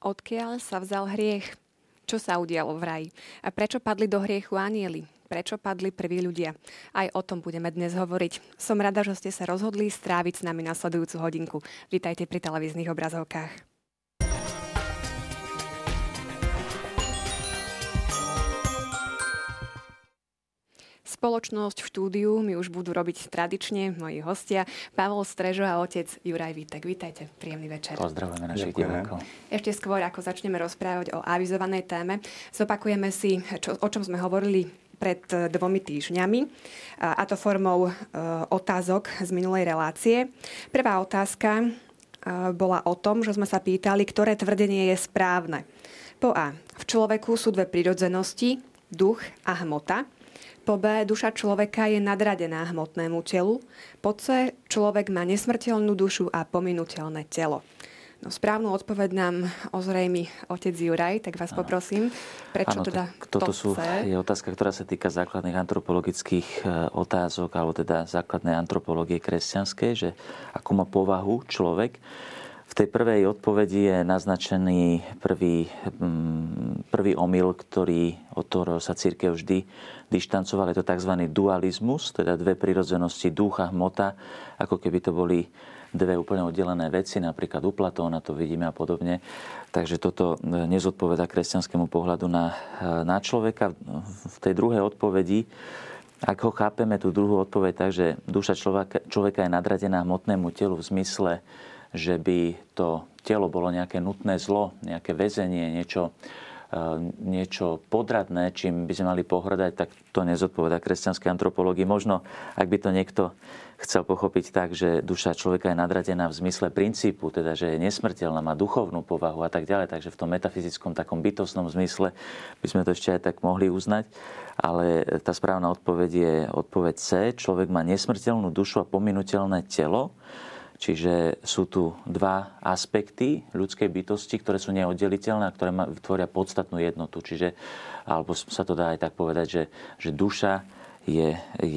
Odkiaľ sa vzal hriech? Čo sa udialo v raji? A prečo padli do hriechu anjeli? Prečo padli prví ľudia? Aj o tom budeme dnes hovoriť. Som rada, že ste sa rozhodli stráviť s nami nasledujúcu hodinku. Vítajte pri televíznych obrazovkách. Spoločnosť v štúdiu mi už budú robiť tradične moji hostia. Pavol Strežo a otec Juraj Vítek. Vítajte, príjemný večer. Pozdravujeme našich divákov. Ešte skôr, ako začneme rozprávať o avizovanej téme, zopakujeme si, o čom sme hovorili pred 2 týždňami, a to formou otázok z minulej relácie. Prvá otázka bola o tom, že sme sa pýtali, ktoré tvrdenie je správne. Po A. V človeku sú 2 prirodzenosti, duch a hmota. Po B. Duša človeka je nadradená hmotnému telu. Po C. Človek má nesmrteľnú dušu a pominuteľné telo. No, správnu odpoveď nám ozrejmi otec Juraj, tak vás poprosím, prečo teda toto C? Je otázka, ktorá sa týka základných antropologických otázok, alebo teda základnej antropológie kresťanskej, že akú má povahu človek. V tej prvej odpovedi je naznačený prvý omyl, od ktorého sa cirkev vždy dištancovala. Je to tzv. Dualizmus, teda 2 prirodzenosti, duch a hmota, ako keby to boli 2 úplne oddelené veci, napríklad u Platóna to vidíme a podobne. Takže toto nezodpovedá kresťanskému pohľadu na človeka. V tej druhej odpovedi, ak ho chápeme, tú druhú odpoveď, takže duša človeka je nadradená hmotnému telu v zmysle, že by to telo bolo nejaké nutné zlo, nejaké väzenie, niečo podradné, čím by sme mali pohrdať, tak to nezodpovedá kresťanskej antropológii. Možno, ak by to niekto chcel pochopiť tak, že duša človeka je nadradená v zmysle princípu, teda, že je nesmrteľná, má duchovnú povahu a tak ďalej, takže v tom metafyzickom, takom bytostnom zmysle by sme to ešte aj tak mohli uznať. Ale tá správna odpoveď je odpoveď C. Človek má nesmrteľnú dušu a pominuteľné telo. Čiže sú tu 2 aspekty ľudskej bytosti, ktoré sú neoddeliteľné a ktoré tvoria podstatnú jednotu. Čiže, alebo sa to dá aj tak povedať, že duša je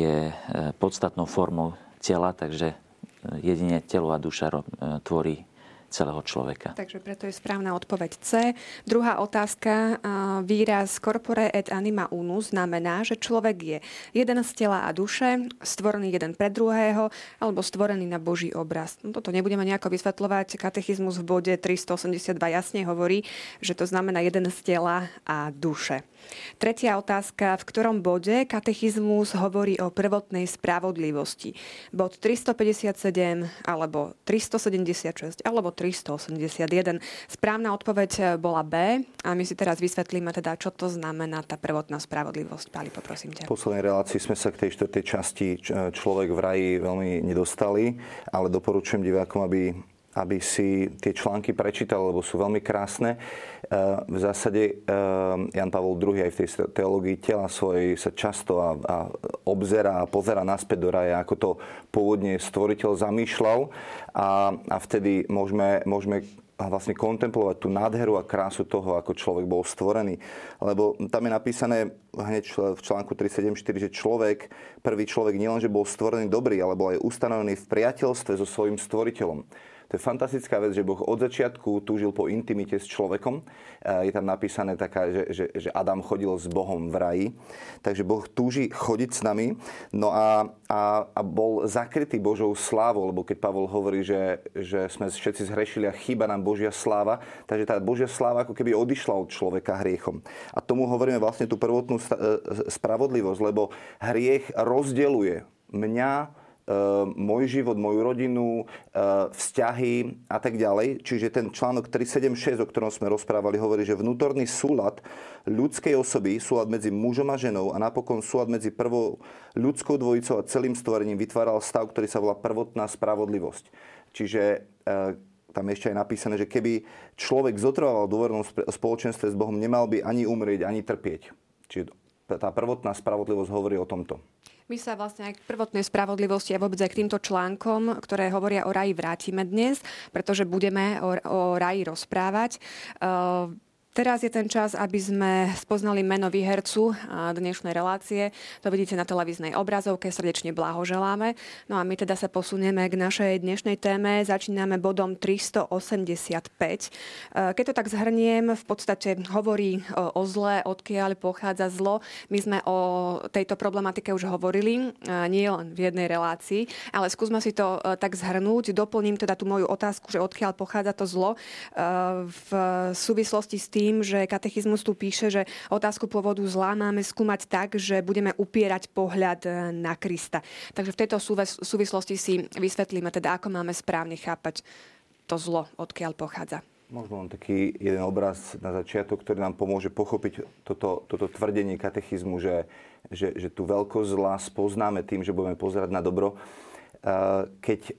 podstatnou formou tela, takže jedine telo a duša tvorí celého človeka. Takže preto je správna odpoveď C. Druhá otázka. Výraz corpore et anima unus znamená, že človek je jeden z tela a duše, stvorený jeden pre druhého, alebo stvorený na Boží obraz. No, toto nebudeme nejako vysvetľovať. Katechizmus v bode 382 jasne hovorí, že to znamená jeden z tela a duše. Tretia otázka. V ktorom bode katechizmus hovorí o prvotnej spravodlivosti? Bod 357, alebo 376, alebo 381. Správna odpoveď bola B a my si teraz vysvetlíme teda, čo to znamená tá prvotná spravodlivosť. Páli, poprosím ťa. V poslednej relácii sme sa k tej 4. časti Človek v raji veľmi nedostali, ale doporučujem divákom, aby si tie články prečítali, lebo sú veľmi krásne. V zásade Jan Pavol II aj v tej teológii tela svojej sa často a obzerá a pozerá naspäť do raja, ako to pôvodne stvoriteľ zamýšľal. A vtedy môžeme vlastne kontemplovať tú nádheru a krásu toho, ako človek bol stvorený. Lebo tam je napísané hneď v článku 374, že prvý človek nielenže bol stvorený dobrý, ale bol aj ustanovený v priateľstve so svojím stvoriteľom. To je fantastická vec, že Boh od začiatku túžil po intimite s človekom. Je tam napísané taká, že Adam chodil s Bohom v raji. Takže Boh túži chodiť s nami. No a bol zakrytý Božou slávou, lebo keď Pavol hovorí, že sme všetci zhrešili a chýba nám Božia sláva, takže tá Božia sláva ako keby odišla od človeka hriechom. A tomu hovoríme vlastne tú prvotnú spravodlivosť, lebo hriech rozdeľuje mňa, môj život, moju rodinu, vzťahy a tak ďalej. Čiže ten článok 376, o ktorom sme rozprávali, hovorí, že vnútorný súlad ľudskej osoby, súlad medzi mužom a ženou a napokon súlad medzi prvou ľudskou dvojicou a celým stvorením vytváral stav, ktorý sa volá prvotná spravodlivosť. Čiže tam ešte aj napísané, že keby človek zotrvával v dôvernom spoločenstve s Bohom, nemal by ani umrieť, ani trpieť. Čiže tá prvotná spravodlivosť hovorí o tomto. My sa vlastne aj k prvotnej spravodlivosti a vôbec aj k týmto článkom, ktoré hovoria o raji, vrátime dnes, pretože budeme o raji rozprávať. Teraz je ten čas, aby sme spoznali meno výhercu dnešnej relácie. To vidíte na televíznej obrazovke, srdečne blahoželáme. No a my teda sa posunieme k našej dnešnej téme. Začíname bodom 385. Keď to tak zhrniem, v podstate hovorí o zle, odkiaľ pochádza zlo. My sme o tejto problematike už hovorili, nie len v jednej relácii, ale skúsme si to tak zhrnúť. Doplním teda tú moju otázku, že odkiaľ pochádza to zlo v súvislosti s tým, že katechizmus tu píše, že otázku pôvodu zla máme skúmať tak, že budeme upierať pohľad na Krista. Takže v tejto súvislosti si vysvetlíme teda, ako máme správne chápať to zlo, odkiaľ pochádza. Možno len taký jeden obraz na začiatok, ktorý nám pomôže pochopiť toto tvrdenie katechizmu, že tú veľkosť zla spoznáme tým, že budeme pozerať na dobro. Keď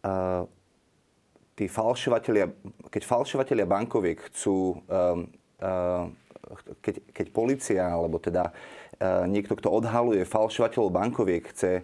falšovatelia bankoviek chcú, keď polícia, alebo teda niekto, kto odhaluje falšovateľov bankoviek, chce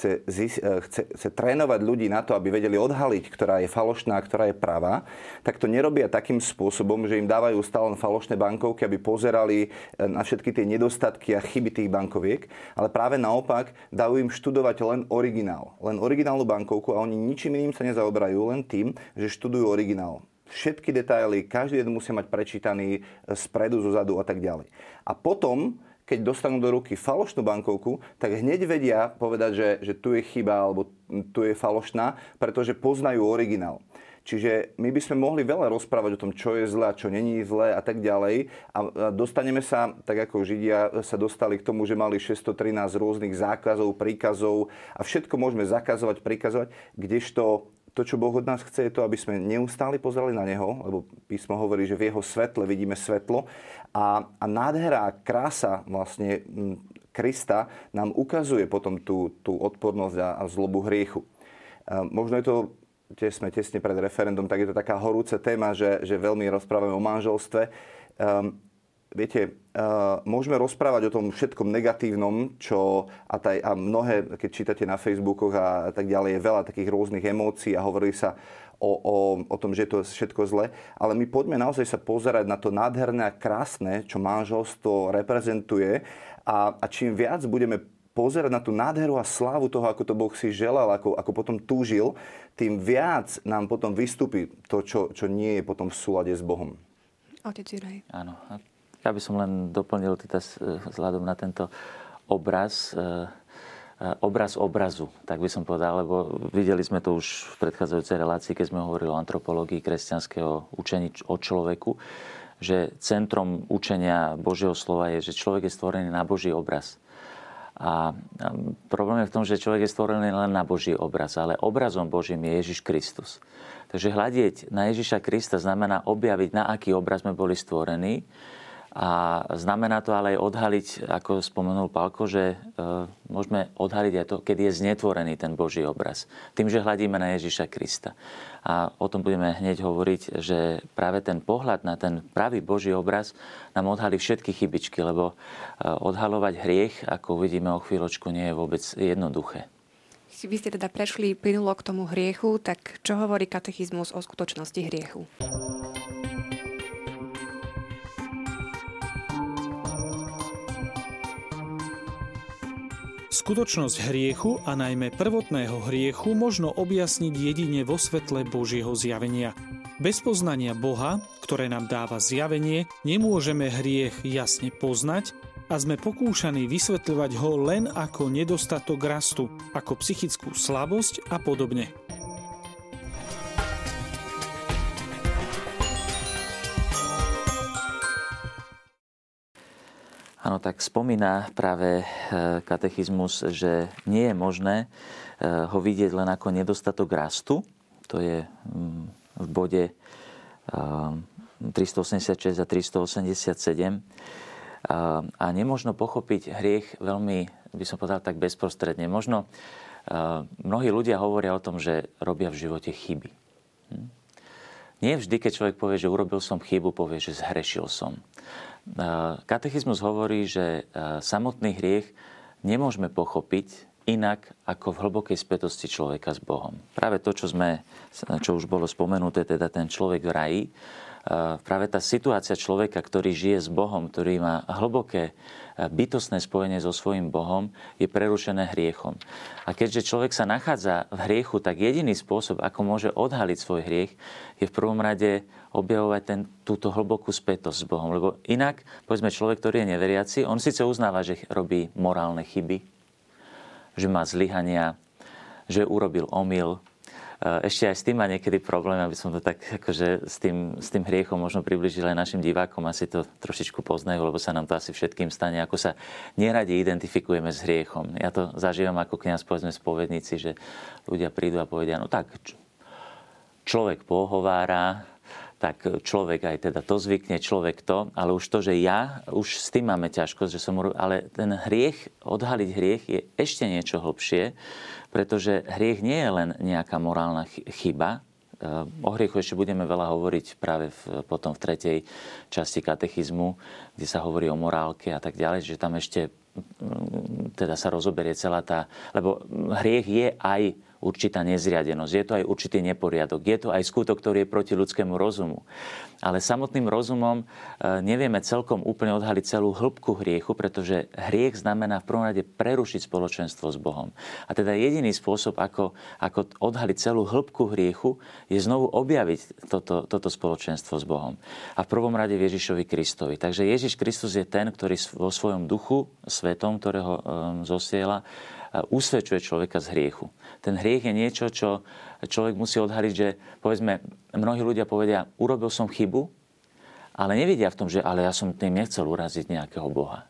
trénovať ľudí na to, aby vedeli odhaliť, ktorá je falošná a ktorá je pravá, tak to nerobia takým spôsobom, že im dávajú stále falošné bankovky, aby pozerali na všetky tie nedostatky a chyby tých bankoviek, ale práve naopak dajú im študovať len originál. Len originálnu bankovku a oni ničím iným sa nezaoberajú, len tým, že študujú originál. Všetky detaily, každý jeden musia mať prečítaný spredu, zozadu a tak ďalej. A potom, keď dostanú do ruky falošnú bankovku, tak hneď vedia povedať, že tu je chyba alebo tu je falošná, pretože poznajú originál. Čiže my by sme mohli veľa rozprávať o tom, čo je zlé a čo není zlé a tak ďalej. A dostaneme sa, tak ako Židia sa dostali k tomu, že mali 613 rôznych zákazov, príkazov a všetko môžeme zakazovať, prikazovať, kdežto to, čo Boh od nás chce, je to, aby sme neustále pozerali na Neho, lebo písmo hovorí, že v Jeho svetle vidíme svetlo. A nádhera, krása vlastne Krista nám ukazuje potom tú odpornosť a zlobu hriechu. Možno je to, tiež sme tesne pred referendum, tak je to taká horúca téma, že veľmi rozprávame o manželstve. Viete, môžeme rozprávať o tom všetkom negatívnom, a mnohé, keď čítate na Facebookoch a tak ďalej, je veľa takých rôznych emócií a hovorí sa o tom, že je to všetko zle. Ale my poďme naozaj sa pozerať na to nádherné a krásne, čo manželstvo reprezentuje. A čím viac budeme pozerať na tú nádheru a slávu toho, ako to Boh si želal, ako potom túžil, tým viac nám potom vystúpi to, čo nie je potom v súlade s Bohom. Otec Juraj. Áno. Ja by som len doplnil teda vzhľadom na tento obraz obrazu, tak by som povedal, lebo videli sme to už v predchádzajúcej relácii, keď sme hovorili o antropológii kresťanského učení o človeku, že centrom učenia Božieho slova je, že človek je stvorený na Boží obraz. A problém je v tom, že človek je stvorený len na Boží obraz, ale obrazom Božím je Ježiš Kristus. Takže hľadieť na Ježiša Krista znamená objaviť, na aký obraz sme boli stvorení. A znamená to ale aj odhaliť, ako spomenul Pálko, že môžeme odhaliť aj to, keď je znetvorený ten Boží obraz. Tým, že hľadíme na Ježiša Krista. A o tom budeme hneď hovoriť, že práve ten pohľad na ten pravý Boží obraz nám odhalí všetky chybičky, lebo odhalovať hriech, ako uvidíme o chvíľočku, nie je vôbec jednoduché. Vy ste teda prešli plynulo k tomu hriechu, tak čo hovorí katechizmus o skutočnosti hriechu? Skutočnosť hriechu a najmä prvotného hriechu možno objasniť jedine vo svetle Božieho zjavenia. Bez poznania Boha, ktoré nám dáva zjavenie, nemôžeme hriech jasne poznať a sme pokúšaní vysvetľovať ho len ako nedostatok rastu, ako psychickú slabosť a podobne. Áno, tak spomína práve katechizmus, že nie je možné ho vidieť len ako nedostatok rastu. To je v bode 386 a 387. A nemožno pochopiť hriech veľmi, by som povedal, tak bezprostredne. Možno mnohí ľudia hovoria o tom, že robia v živote chyby. Nie vždy, keď človek povie, že urobil som chybu, povie, že zhrešil som. Katechizmus hovorí, že samotný hriech nemôžeme pochopiť inak ako v hlbokej spätosti človeka s Bohom. Práve to, čo už bolo spomenuté, teda ten človek v raji, práve tá situácia človeka, ktorý žije s Bohom, ktorý má hlboké bytostné spojenie so svojím Bohom, je prerušené hriechom. A keďže človek sa nachádza v hriechu, tak jediný spôsob, ako môže odhaliť svoj hriech, je v prvom rade objavovať túto hlbokú spätosť s Bohom. Lebo inak, povedzme, človek, ktorý je neveriaci, on síce uznáva, že robí morálne chyby, že má zlyhania, že urobil omyl. Ešte aj s tým má niekedy problém, aby som to tak akože s tým hriechom možno priblížil aj našim divákom. Asi to trošičku poznajú, lebo sa nám to asi všetkým stane. Ako sa neradi identifikujeme s hriechom. Ja to zažívam ako kňaz, povedzme, spovedníci, že ľudia prídu a povedia, no tak, človek pohovára, tak človek aj teda to zvykne, človek to, ale už to, že už s tým máme ťažkosť, ale ten hriech, odhaliť hriech je ešte niečo hlbšie, pretože hriech nie je len nejaká morálna chyba. O hriechu ešte budeme veľa hovoriť práve potom v 3. časti katechizmu, kde sa hovorí o morálke a tak ďalej, že tam ešte teda sa rozoberie celá lebo hriech je aj určitá nezriadenosť, je to aj určitý neporiadok, je to aj skutok, ktorý je proti ľudskému rozumu. Ale samotným rozumom nevieme celkom úplne odhaliť celú hĺbku hriechu, pretože hriech znamená v prvom rade prerušiť spoločenstvo s Bohom. A teda jediný spôsob, ako odhaliť celú hĺbku hriechu, je znovu objaviť toto spoločenstvo s Bohom. A v prvom rade v Ježišovi Kristovi. Takže Ježiš Kristus je ten, ktorý vo svojom duchu svetom, ktorého zosiela, usvedčuje človeka z hriechu. Ten hriech je niečo, čo človek musí odhaliť, že povedzme, mnohí ľudia povedia, urobil som chybu, ale nevidia v tom, že ale ja som tým nechcel uraziť nejakého Boha.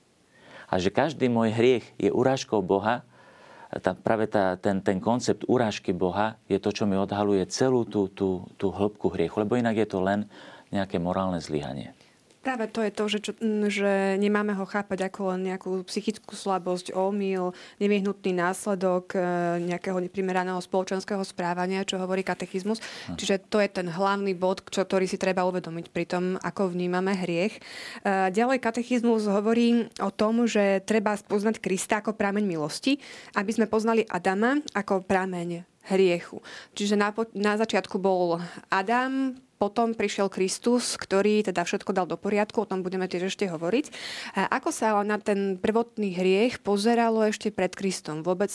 A že každý môj hriech je urážkou Boha, práve ten koncept urážky Boha je to, čo mi odhaluje celú tú hĺbku hriechu, lebo inak je to len nejaké morálne zlyhanie. Práve to je to, že nemáme ho chápať ako len nejakú psychickú slabosť, omyl, nevyhnutný následok nejakého neprimeraného spoločenského správania, čo hovorí katechizmus. Čiže to je ten hlavný bod, ktorý si treba uvedomiť pri tom, ako vnímame hriech. Ďalej katechizmus hovorí o tom, že treba spoznať Krista ako prameň milosti, aby sme poznali Adama ako prameň hriechu. Čiže na začiatku bol Adam, potom prišiel Kristus, ktorý teda všetko dal do poriadku, o tom budeme tiež ešte hovoriť. A ako sa na ten prvotný hriech pozeralo ešte pred Kristom? Vôbec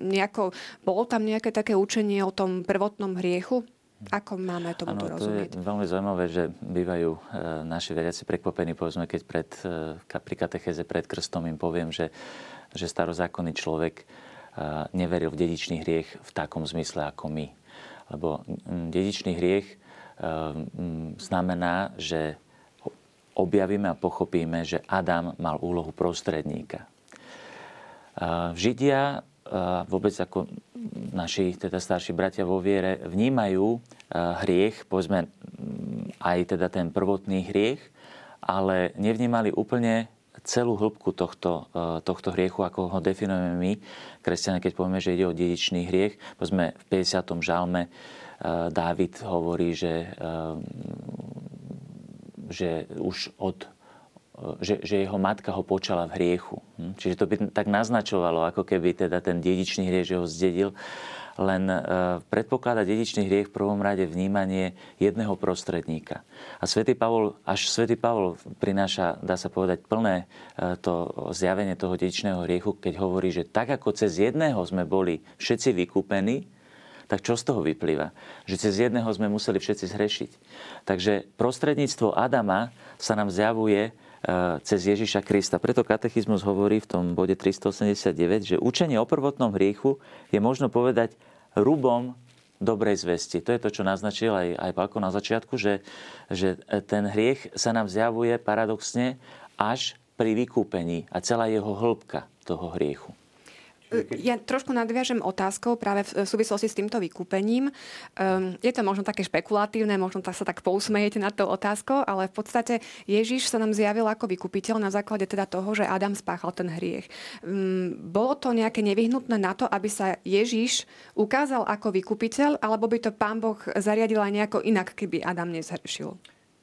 bolo tam nejaké také učenie o tom prvotnom hriechu? Ako máme tomuto rozumieť? To je veľmi zaujímavé, že bývajú naši veriaci prekvapení, povedzme, keď pri katechéze pred krstom im poviem, že starozákonný človek neveril v dedičný hriech v takom zmysle ako my. Lebo dedičný hriech znamená, že objavíme a pochopíme, že Adam mal úlohu prostredníka. Židia, vôbec ako naši teda starší bratia vo viere, vnímajú hriech, povedzme aj teda ten prvotný hriech, ale nevnímali úplne celú hĺbku tohto hriechu, ako ho definujeme my, kresťania, keď povieme, že ide o dedičný hriech. Povedzme v 50. žalme Dávid hovorí, že jeho matka ho počala v hriechu. Čiže to by tak naznačovalo, ako keby teda ten dedičný hriech, že ho zdedil. Len predpokladá dedičný hriech v prvom rade vnímanie jedného prostredníka. A svätý Pavol prináša, dá sa povedať, plné to zjavenie toho dedičného hriechu, keď hovorí, že tak ako cez jedného sme boli všetci vykúpení, tak čo z toho vyplýva? Že cez jedného sme museli všetci zhrešiť. Takže prostredníctvo Adama sa nám zjavuje cez Ježiša Krista. Preto katechizmus hovorí v tom bode 389, že učenie o prvotnom hriechu je možno povedať rubom dobrej zvesti. To je to, čo naznačil aj Pálko na začiatku, že ten hriech sa nám zjavuje paradoxne až pri vykúpení a celá jeho hĺbka toho hriechu. Ja trošku nadviažem otázkou práve v súvislosti s týmto vykúpením. Je to možno také špekulatívne, možno sa tak pousmejete nad tou otázkou, ale v podstate Ježiš sa nám zjavil ako vykupiteľ na základe teda toho, že Adam spáchal ten hriech. Bolo to nejaké nevyhnutné na to, aby sa Ježiš ukázal ako vykupiteľ, alebo by to Pán Boh zariadil aj nejako inak, keby Adam nezhrešil?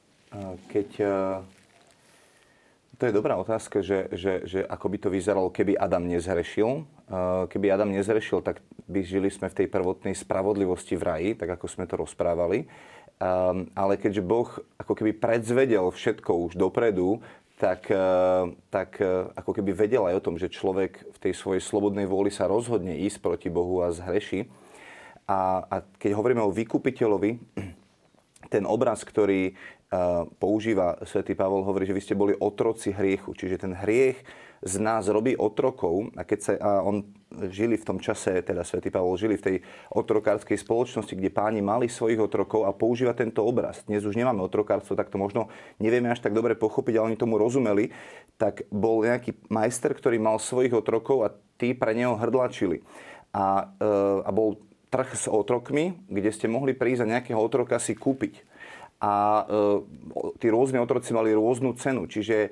To je dobrá otázka, že ako by to vyzeralo, keby Adam nezhrešil. Keby Adam nezhrešil, tak by žili sme v tej prvotnej spravodlivosti v raji, tak ako sme to rozprávali. Ale keďže Boh ako keby predzvedel všetko už dopredu, tak ako keby vedel aj o tom, že človek v tej svojej slobodnej vôli sa rozhodne ísť proti Bohu a zhreší. A keď hovoríme o vykupiteľovi, ten obraz, ktorý používa svätý Pavol, hovorí, že vy ste boli otroci hriechu. Čiže ten hriech z nás robí otrokov. A on žili v tom čase, teda svätý Pavol žili v tej otrokárskej spoločnosti, kde páni mali svojich otrokov a používa tento obraz. Dnes už nemáme otrokárstvo, tak to možno nevieme až tak dobre pochopiť, ale oni tomu rozumeli. Tak bol nejaký majster, ktorý mal svojich otrokov a tí pre neho hrdlačili. A bol trh s otrokmi, kde ste mohli prísť a nejakého otroka si kúpiť. A tí rôzni otroci mali rôznu cenu. Čiže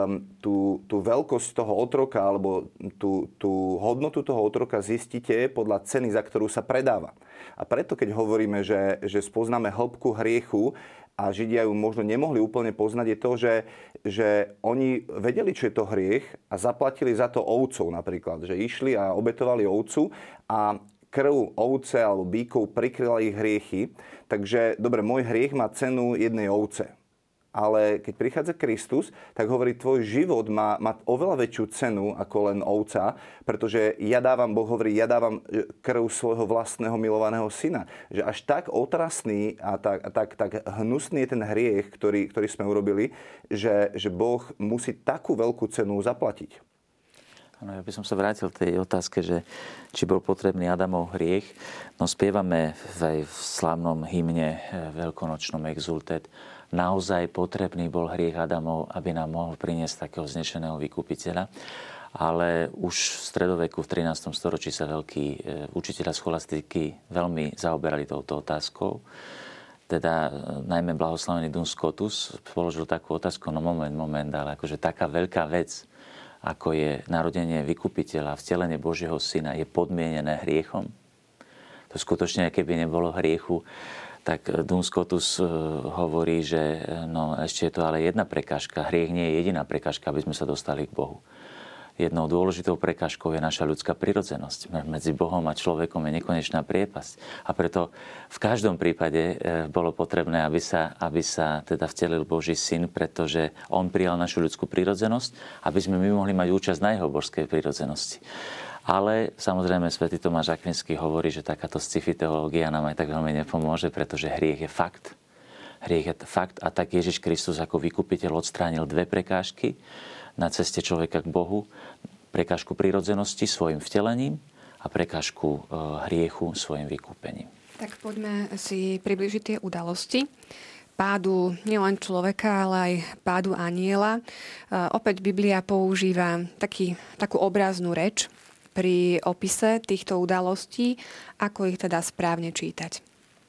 tú veľkosť toho otroka alebo tú hodnotu toho otroka zistíte podľa ceny, za ktorú sa predáva. A preto, keď hovoríme, že spoznáme hĺbku hriechu a Židia ju možno nemohli úplne poznať, je to, že oni vedeli, čo je to hriech a zaplatili za to ovcov napríklad. Že išli a obetovali ovcu a krv ovce alebo bíkov prikryla ich hriechy. Takže, dobre, môj hriech má cenu jednej ovce. Ale keď prichádza Kristus, tak hovorí, tvoj život má oveľa väčšiu cenu ako len ovca, pretože Boh hovorí, ja dávam krv svojho vlastného milovaného syna. Že až tak otrasný a tak hnusný je ten hriech, ktorý sme urobili, že Boh musí takú veľkú cenu zaplatiť. Ja by som sa vrátil k tej otázke, že či bol potrebný Adamov hriech. No spievame aj v slávnom hymne veľkonočnom Exultet. Naozaj potrebný bol hriech Adamov, aby nám mohol priniesť takého vznešeného vykupiteľa. Ale už v stredoveku, v 13. storočí sa veľkí učiteľa scholastiky veľmi zaoberali touto otázkou. Teda najmä blahoslavený Duns Scotus položil takú otázku, no moment, ale akože taká veľká vec, ako je narodenie vykupiteľa, vtelenie Božieho syna, je podmienené hriechom. To skutočne, keby nebolo hriechu, tak Duns Scotus hovorí, že no, ešte je to ale jedna prekážka. Hriech nie je jediná prekážka, aby sme sa dostali k Bohu. Jednou dôležitou prekážkou je naša ľudská prirodzenosť. Medzi Bohom a človekom je nekonečná priepasť. A preto v každom prípade bolo potrebné, aby sa teda vtelil Boží syn, pretože on prijal našu ľudskú prirodzenosť, aby sme my mohli mať účasť na jeho božskej prirodzenosti. Ale samozrejme svätý Tomáš Akvinský hovorí, že takáto sci-fi teológia nám aj tak veľmi nepomôže, pretože hriech je fakt. Hriech je fakt a tak Ježiš Kristus ako vykupiteľ odstránil dve prekážky na ceste človeka k Bohu. Prekážku prirodzenosti svojim vtelením a prekážku hriechu svojim vykúpením. Tak poďme si približiť tie udalosti pádu nielen človeka, ale aj pádu anjela. Opäť Biblia používa takú obraznú reč pri opise týchto udalostí, ako ich teda správne čítať.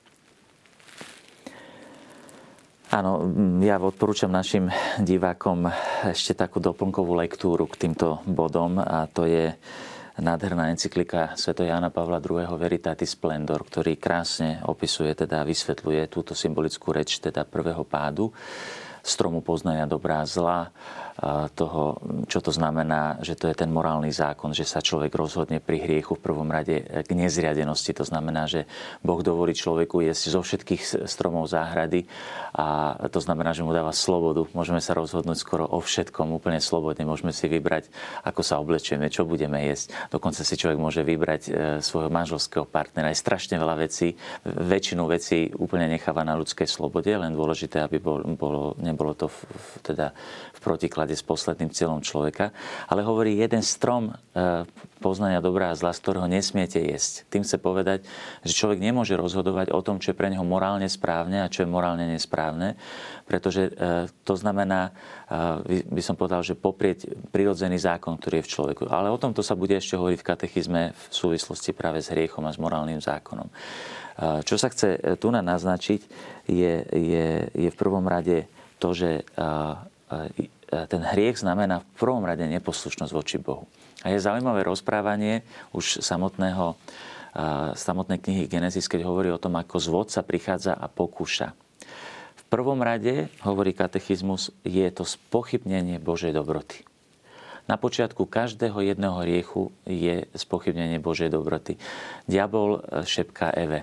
Áno, ja odporúčam našim divákom ešte takú doplnkovú lektúru k týmto bodom a to je nádherná encyklika sv. Jána Pavla II. Veritatis Splendor, ktorý krásne opisuje, teda vysvetľuje túto symbolickú reč teda prvého pádu, stromu poznania dobrá a zla, toho, čo to znamená, že to je ten morálny zákon, že sa človek rozhodne pri hriechu v prvom rade k nezriadenosti. To znamená, že Boh dovolí človeku jesť zo všetkých stromov záhrady a to znamená, že mu dáva slobodu. Môžeme sa rozhodnúť skoro o všetkom úplne slobodne. Môžeme si vybrať, ako sa oblečieme, čo budeme jesť. Dokonca si človek môže vybrať svojho manželského partnera. Je strašne veľa vecí. Väčšinu vecí úplne necháva na ľudskej slobode, len dôležité, aby nebolo to v protiklade s posledným cieľom človeka. Ale hovorí, jeden strom poznania dobrá a zla, z ktorého nesmiete jesť. Tým chce povedať, že človek nemôže rozhodovať o tom, čo je pre neho morálne správne a čo je morálne nesprávne, pretože to znamená, by som povedal, že poprieť prirodzený zákon, ktorý je v človeku. Ale o tomto sa bude ešte hovoriť v katechizme v súvislosti práve s hriechom a s morálnym zákonom. Čo sa chce tu naznačiť, je v prvom rade to, že ten hriech znamená v prvom rade neposlušnosť voči Bohu. A je zaujímavé rozprávanie už samotnej knihy Genesis, keď hovorí o tom, ako zvodca prichádza a pokúša. V prvom rade, hovorí katechizmus, je to spochybnenie Božej dobroty. Na počiatku každého jedného hriechu je spochybnenie Božej dobroty. Diabol šepká Eve: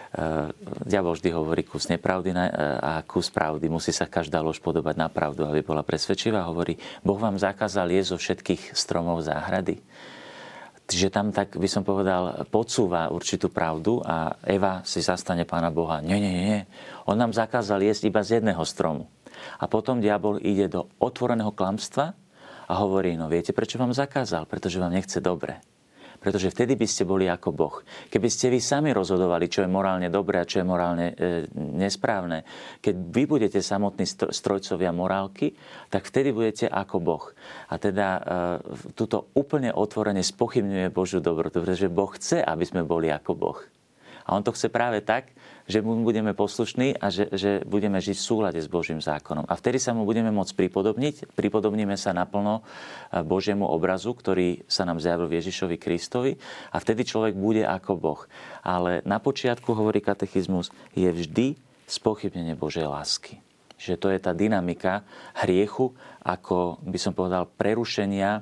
diabol vždy hovorí kus nepravdy a kus pravdy. Musí sa každá lož podobať na pravdu, aby bola presvedčivá. Hovorí, Boh vám zakázal jesť zo všetkých stromov záhrady. Čiže tam, tak by som povedal, podsúva určitú pravdu a Eva si zastane Pána Boha. Nie. On nám zakázal jesť iba z jedného stromu. A potom diabol ide do otvoreného klamstva a hovorí, no viete, prečo vám zakázal? Pretože vám nechce dobre. Pretože vtedy by ste boli ako Boh. Keby ste vy sami rozhodovali, čo je morálne dobré a čo je morálne nesprávne, keď vy budete samotní strojcovia morálky, tak vtedy budete ako Boh. A teda tuto úplne otvorene spochybňuje Božiu dobrotu, pretože Boh chce, aby sme boli ako Boh. A on to chce práve tak, že mu budeme poslušní a že budeme žiť v súlade s Božím zákonom. A vtedy sa mu budeme môcť pripodobniť. Pripodobníme sa naplno Božiemu obrazu, ktorý sa nám zjavil v Ježišovi Kristovi. A vtedy človek bude ako Boh. Ale na počiatku, hovorí katechizmus, je vždy spochybnenie Božej lásky. Že to je tá dynamika hriechu, ako by som povedal, prerušenia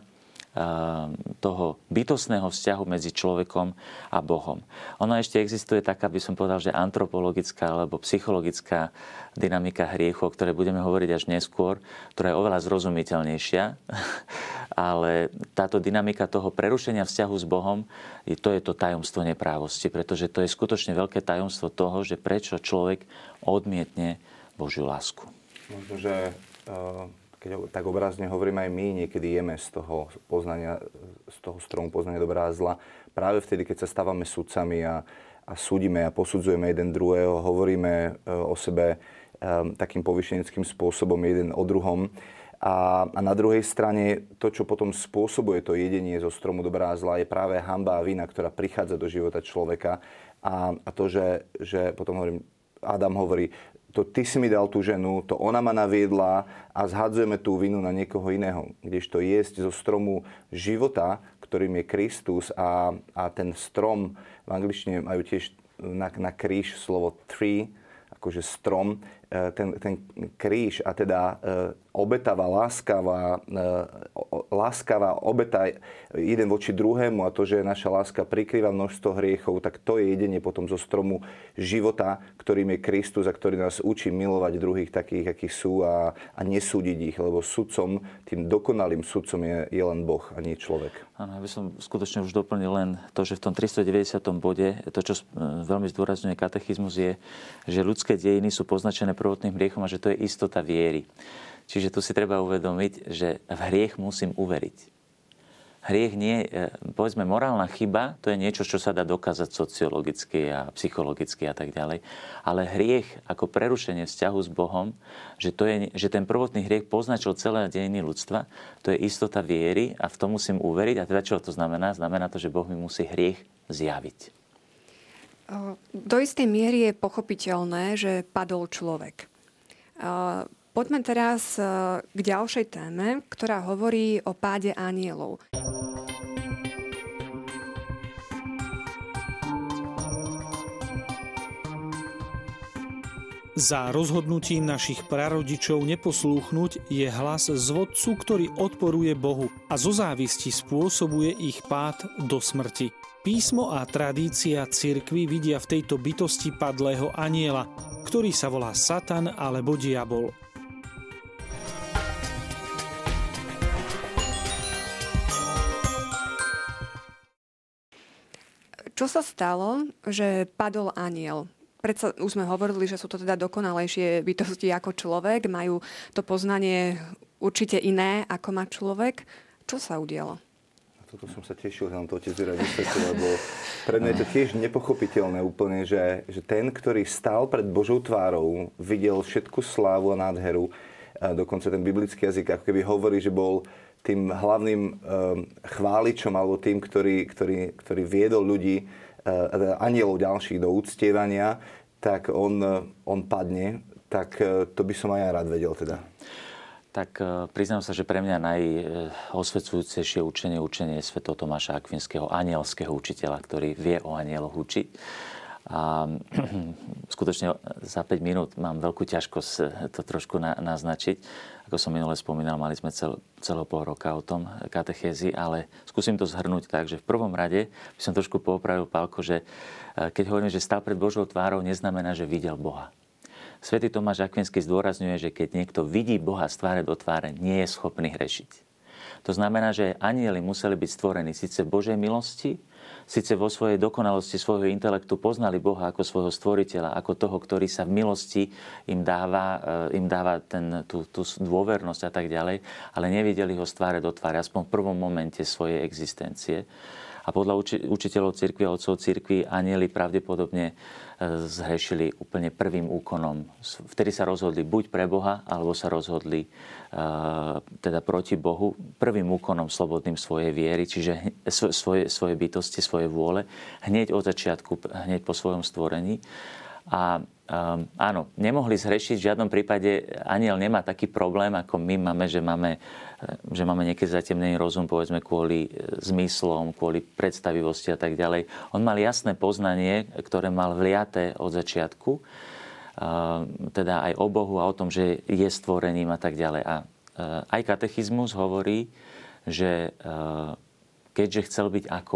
toho bytostného vzťahu medzi človekom a Bohom. Ono ešte existuje taká, by som povedal, že antropologická alebo psychologická dynamika hriechu, o ktorej budeme hovoriť až neskôr, ktorá je oveľa zrozumiteľnejšia, ale táto dynamika toho prerušenia vzťahu s Bohom, to je to tajomstvo neprávosti, pretože to je skutočne veľké tajomstvo toho, že prečo človek odmietne Božiu lásku. Možno, že keď tak obrazne hovorím aj my, niekedy jeme z toho poznania, z toho stromu poznania dobrá a zla. Práve vtedy, keď sa stávame sudcami a súdime a posudzujeme jeden druhého, hovoríme o sebe takým povyšeneckým spôsobom jeden o druhom. A na druhej strane to, čo potom spôsobuje to jedenie zo stromu dobrá a zla, je práve hanba a vina, ktorá prichádza do života človeka. A to, že potom Adam hovorí, to ty si mi dal tú ženu, to ona ma naviedla a zhadzujeme tú vinu na niekoho iného. Kdežto jesť zo stromu života, ktorým je Kristus a ten strom, v angličtine majú tiež na kríž slovo tree, akože strom, ten kríž a teda obetavá, láskavá obeta jeden voči druhému a to, že naša láska prikrýva množstvo hriechov, tak to je jedenie potom zo stromu života, ktorým je Kristus a ktorý nás učí milovať druhých takých, akí sú a nesúdiť ich, lebo sudcom, tým dokonalým sudcom je len Boh a nie človek. Áno, aby som skutočne už doplnil len to, že v tom 390. bode, to, čo veľmi zdôrazňuje katechizmus, je, že ľudské dejiny sú poznačené prvotným hriechom a že to je istota viery. Čiže tu si treba uvedomiť, že v hriech musím uveriť. Hriech nie, povedzme, morálna chyba, to je niečo, čo sa dá dokázať sociologicky a psychologicky a tak ďalej. Ale hriech ako prerušenie vzťahu s Bohom, že ten prvotný hriech poznačil celé dejiny ľudstva, to je istota viery a v tom musím uveriť. A teda čo to znamená? Znamená to, že Boh mi musí hriech zjaviť. Do istej miery je pochopiteľné, že padol človek. Poďme teraz k ďalšej téme, ktorá hovorí o páde anjelov. Za rozhodnutím našich prarodičov neposlúchnuť je hlas zvodcu, ktorý odporuje Bohu a zo závisti spôsobuje ich pád do smrti. Písmo a tradícia cirkvi vidia v tejto bytosti padlého anjela, ktorý sa volá Satan alebo diabol. Čo sa stalo, že padol anjel? Predsa už sme hovorili, že sú to teda dokonalejšie bytosti ako človek, majú to poznanie určite iné, ako má človek. Čo sa udialo? Toto som sa tešil, že nám to otec Juraj vysvetlil, lebo pre mňa je to tiež nepochopiteľné úplne, že ten, ktorý stál pred Božou tvárou, videl všetku slávu a nádheru, dokonca ten biblický jazyk ako keby hovorí, že bol tým hlavným chváličom alebo tým, ktorý viedol ľudí, anjelov ďalších do uctievania, tak on padne, tak to by som aj ja rád vedel teda. Tak priznám sa, že pre mňa najosvedzujúcejšie učenie svätého Tomáša Akvinského, anielského učiteľa, ktorý vie o anieloch učiť. A skutočne za 5 minút mám veľkú ťažkosť to trošku naznačiť. Ako som minule spomínal, mali sme celého pol roka o tom katechézy, ale skúsim to zhrnúť tak, že v prvom rade by som trošku poopravil Pálko, že keď hovorím, že stal pred Božou tvárou, neznamená, že videl Boha. Svätý Tomáš Akvinský zdôrazňuje, že keď niekto vidí Boha z tváre do tváre, nie je schopný hrešiť. To znamená, že anjeli museli byť stvorení síce Božej milosti, síce vo svojej dokonalosti svojho intelektu poznali Boha ako svojho stvoriteľa, ako toho, ktorý sa v milosti im dáva tú dôvernosť a tak ďalej, ale nevideli ho z tváre do tváre, aspoň v prvom momente svojej existencie. A podľa učiteľov cirkvi a otcov cirkvi anjeli pravdepodobne zhrešili úplne prvým úkonom. Vtedy sa rozhodli buď pre Boha, alebo sa rozhodli teda proti Bohu. Prvým úkonom slobodným svojej viery, čiže svoje bytosti, svoje vôle, hneď od začiatku, hneď po svojom stvorení. A áno, nemohli zhrešiť, v žiadnom prípade anjel nemá taký problém, ako my máme, že máme niekedy zatemnený rozum, povedzme, kvôli zmyslom, kvôli predstavivosti a tak ďalej. On mal jasné poznanie, ktoré mal vliaté od začiatku, teda aj o Bohu a o tom, že je stvorením a tak ďalej. A aj katechizmus hovorí, že keďže chcel byť ako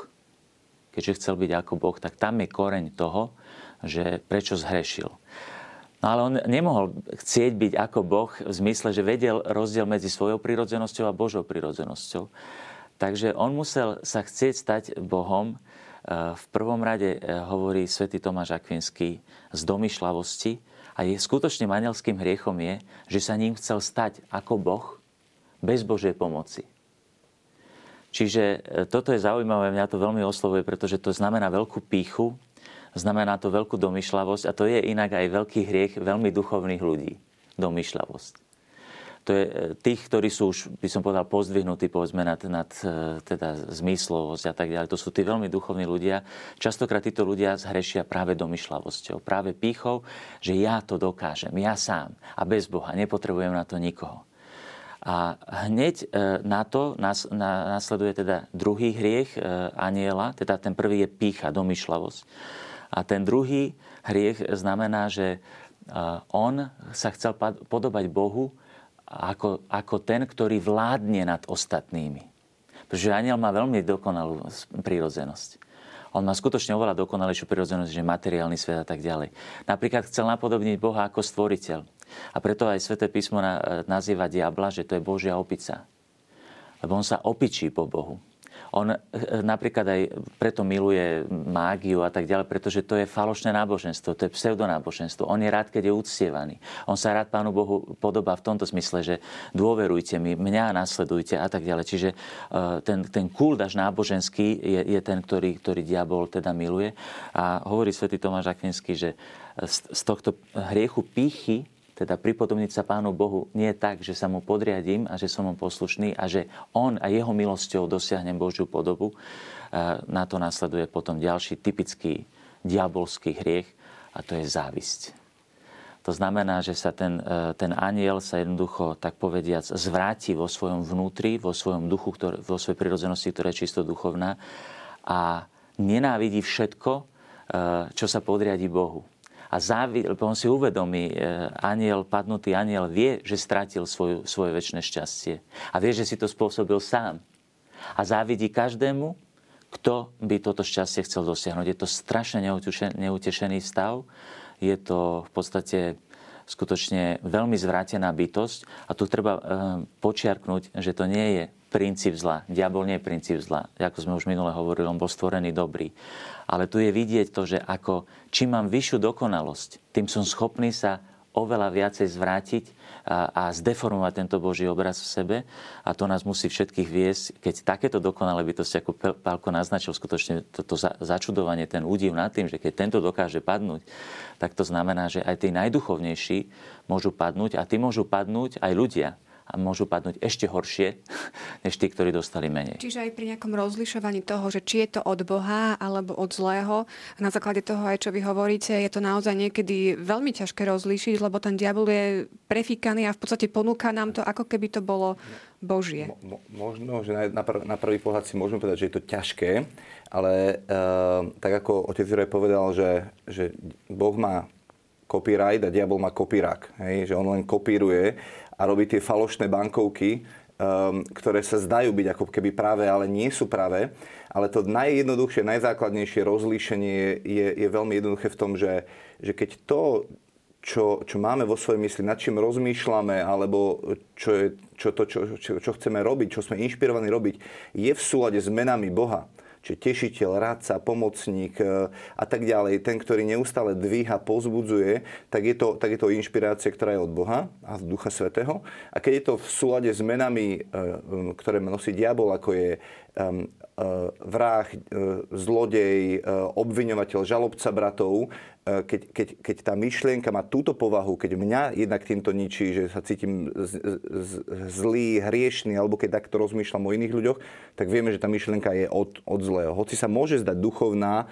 Boh, tak tam je koreň toho, že prečo zhrešil. No ale on nemohol chcieť byť ako Boh v zmysle, že vedel rozdiel medzi svojou prirodzenosťou a Božou prirodzenosťou. Takže on musel sa chcieť stať Bohom. V prvom rade hovorí svätý Tomáš Akvinský z domýšľavosti a skutočným anjelským hriechom je, že sa ním chcel stať ako Boh bez Božej pomoci. Čiže toto je zaujímavé, mňa to veľmi oslovuje, pretože to znamená veľkú pýchu, znamená to veľkú domýšľavosť a to je inak aj veľký hriech veľmi duchovných ľudí. Domýšľavosť. To je tých, ktorí sú už, by som povedal, pozdvihnutí, povedzme, nad teda zmyslovosť a tak ďalej. To sú tí veľmi duchovní ľudia. Častokrát títo ľudia zhrešia práve domýšľavosťou, práve pýchou, že ja to dokážem, ja sám a bez Boha, nepotrebujem na to nikoho. A hneď na to nasleduje teda druhý hriech anjela, teda ten prvý je pýcha, domýšľavosť. A ten druhý hriech znamená, že on sa chcel podobať Bohu ako ten, ktorý vládne nad ostatnými. Pretože anjel má veľmi dokonalú prírodzenosť. On má skutočne oveľa dokonalejšiu prírodzenosť, že materiálny svet a tak ďalej. Napríklad chcel napodobniť Boha ako stvoriteľ. A preto aj Sväté písmo nazýva diabla, že to je Božia opica. Lebo on sa opičí po Bohu. On napríklad aj preto miluje mágiu a tak ďalej, pretože to je falošné náboženstvo, to je pseudonáboženstvo. On je rád, keď je uctievaný. On sa rád Pánu Bohu podobá v tomto smysle, že dôverujte mi, mňa nasledujte a tak ďalej. Čiže ten kult až náboženský je ten, ktorý diabol teda miluje. A hovorí svätý Tomáš Akvinský, že z tohto hriechu pýchy, teda pripodobniť sa Pánu Bohu nie je tak, že sa mu podriadím a že som mu poslušný a že on a jeho milosťou dosiahnem Božiu podobu. Na to nasleduje potom ďalší typický diabolský hriech a to je závisť. To znamená, že sa ten anjel sa jednoducho, tak povediac, zvráti vo svojom vnútri, vo svojom duchu, vo svojej prirodzenosti, ktorá je čisto duchovná a nenávidí všetko, čo sa podriadi Bohu. A lebo on si uvedomí, padnutý anjel vie, že stratil svoje večné šťastie. A vie, že si to spôsobil sám. A závidí každému, kto by toto šťastie chcel dosiahnuť. Je to strašne neutešený stav. Je to v podstate skutočne veľmi zvrátená bytosť. A tu treba počiarknúť, že to nie je princíp zla. Diabol nie je princíp zla. Ako sme už minule hovorili, on bol stvorený dobrý. Ale tu je vidieť to, že čím mám vyššiu dokonalosť, tým som schopný sa oveľa viacej zvrátiť a zdeformovať tento Boží obraz v sebe. A to nás musí všetkých viesť, keď takéto dokonalé bytosti, ako Pálko naznačil, skutočne toto začudovanie, ten údiv nad tým, že keď tento dokáže padnúť, tak to znamená, že aj tí najduchovnejší môžu padnúť a tí môžu padnúť aj ľudia. a môžu padnúť ešte horšie, než tí, ktorí dostali menej. Čiže aj pri nejakom rozlišovaní toho, že či je to od Boha alebo od zlého, na základe toho aj čo vy hovoríte, je to naozaj niekedy veľmi ťažké rozlíšiť, lebo ten diabol je prefíkaný a v podstate ponúka nám to, ako keby to bolo Božie. Možno, že na prvý pohľad si môžeme povedať, že je to ťažké, ale tak ako otec Juraj povedal, že Boh má copyright a diabol má kopírák. Hej? Že on len kopíruje a robí tie falošné bankovky, ktoré sa zdajú byť ako keby práve, ale nie sú práve. Ale to najjednoduchšie, najzákladnejšie rozlíšenie je veľmi jednoduché v tom, že keď to, čo máme vo svojej mysli, nad čím rozmýšľame, alebo čo chceme robiť, čo sme inšpirovaní robiť, je v súlade s menami Boha. Čiže tešiteľ, radca, pomocník a tak ďalej. Ten, ktorý neustále dvíha, povzbudzuje, tak je to inšpirácia, ktorá je od Boha a z Ducha Svätého. A keď je to v súlade s menami, ktoré nosí diabol, ako je vrah, zlodej, obviňovateľ, žalobca bratov, keď tá myšlienka má túto povahu, keď mňa jednak týmto ničí, že sa cítim zlý, hriešný, alebo keď takto rozmýšľam o iných ľuďoch, tak vieme, že tá myšlienka je od zlého. Hoci sa môže zdať duchovná,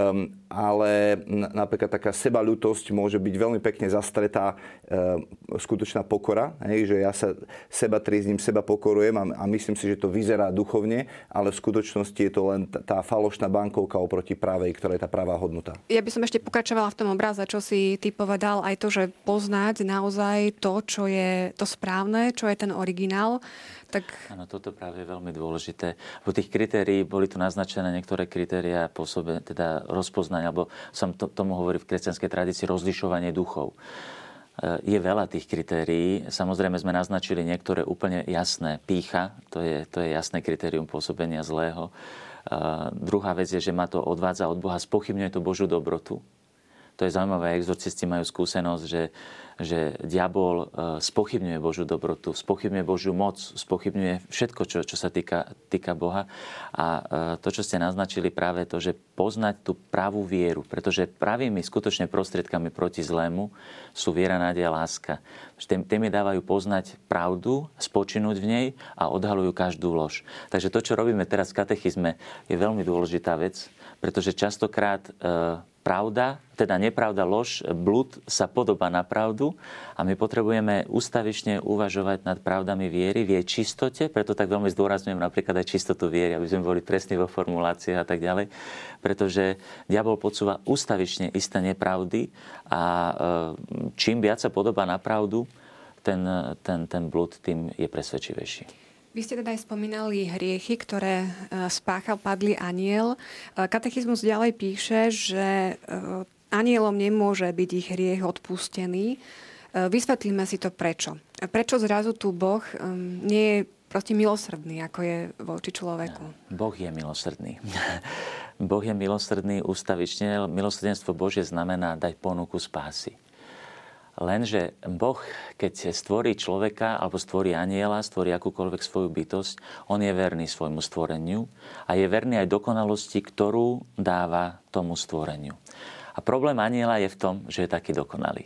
ale napríklad taká sebaľútosť môže byť veľmi pekne zastretá skutočná pokora, hej, že ja sa seba trízním, seba pokorujem a myslím si, že to vyzerá duchovne, ale v skutočnosti je to len tá falošná bankovka oproti pravej, ktorá je tá pravá hodnota. Ja by som ešte pokračovala v tom obraze, čo si ty povedal, aj to, že poznať naozaj to, čo je to správne, čo je ten originál. Tak... Áno, toto práve je veľmi dôležité. Po tých kritérií boli tu naznačené niektoré kritériá pôsobenia, teda rozpoznania, alebo som tomu hovorí v kresťanskej tradícii rozlišovanie duchov. Je veľa tých kritérií. Samozrejme sme naznačili niektoré úplne jasné. Pýcha, to je jasné kritérium pôsobenia zlého. Druhá vec je, že ma to odvádza od Boha, spochybňuje to Božiu dobrotu. To je zaujímavé, exorcisti majú skúsenosť, že diabol spochybňuje Božiu dobrotu, spochybňuje Božiu moc, spochybňuje všetko, čo sa týka Boha. A to, čo ste naznačili, práve to, že poznať tú pravú vieru, pretože pravými skutočne prostriedkami proti zlému sú viera, nádej a láska. Tie mi dávajú poznať pravdu, spočinúť v nej a odhalujú každú lož. Takže to, čo robíme teraz v katechizme, je veľmi dôležitá vec, pretože častokrát pravda, teda nepravda, lož, blud sa podobá na pravdu a my potrebujeme ústavične uvažovať nad pravdami viery, v jej čistote, preto tak veľmi zdôrazňujem napríklad aj čistotu viery, aby sme boli presní vo formuláciách a tak ďalej, pretože diabol podsúva ústavične isté nepravdy a čím viac sa podobá na pravdu, ten blud, tým je presvedčivejší. Vy ste teda aj spomínali hriechy, ktoré spáchal padlý anjel. Katechizmus ďalej píše, že anjelom nemôže byť ich hriech odpustený. Vysvetlíme si to prečo. Prečo zrazu tu Boh nie je proste milosrdný, ako je voči človeku? Boh je milosrdný. Boh je milosrdný ústavične. Milosrdenstvo Božie znamená dať ponuku spásy. Lenže Boh, keď stvorí človeka alebo stvorí anjela, stvorí akúkoľvek svoju bytosť, on je verný svojmu stvoreniu a je verný aj dokonalosti, ktorú dáva tomu stvoreniu. A problém anjela je v tom, že je taký dokonalý.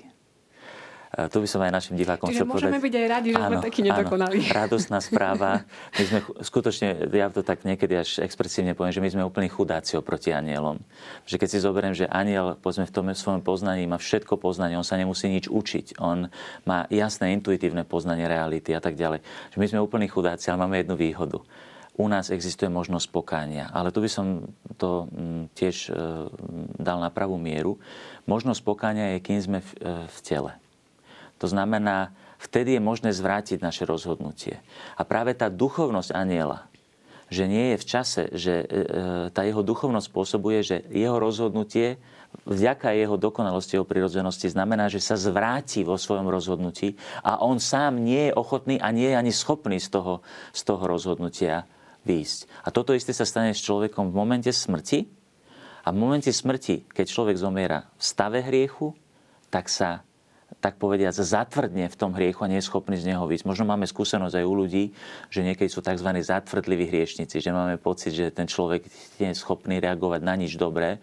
Tu by som aj našim divákom chcel povedať. Čiže môžeme byť aj radi, že sme takí nedokonalí. Radostná správa. My sme skutočne, ja to tak niekedy až expresívne poviem, že my sme úplne chudáci oproti anjelom. Že keď si zoberiem, že anjel, povedzme, v tom svojom poznaní má všetko poznanie, on sa nemusí nič učiť, on má jasné intuitívne poznanie reality a tak ďalej. Že my sme úplne chudáci, ale máme jednu výhodu. U nás existuje možnosť pokánia, ale tu by som to tiež dal na pravú mieru. Možnosť pokánia je, kým sme v tele. To znamená, vtedy je možné zvrátiť naše rozhodnutie. A práve tá duchovnosť anjela, že nie je v čase, že tá jeho duchovnosť spôsobuje, že jeho rozhodnutie vďaka jeho dokonalosti, jeho prirodzenosti znamená, že sa zvráti vo svojom rozhodnutí a on sám nie je ochotný a nie je ani schopný z toho rozhodnutia výjsť. A toto isté sa stane s človekom v momente smrti. A v momente smrti, keď človek zomiera v stave hriechu, tak sa tak povediac, zatvrdne v tom hriechu a nie je schopný z neho výjsť. Možno máme skúsenosť aj u ľudí, že niekedy sú tzv. Zatvrdliví hriešnici, že máme pocit, že ten človek nie je schopný reagovať na nič dobré.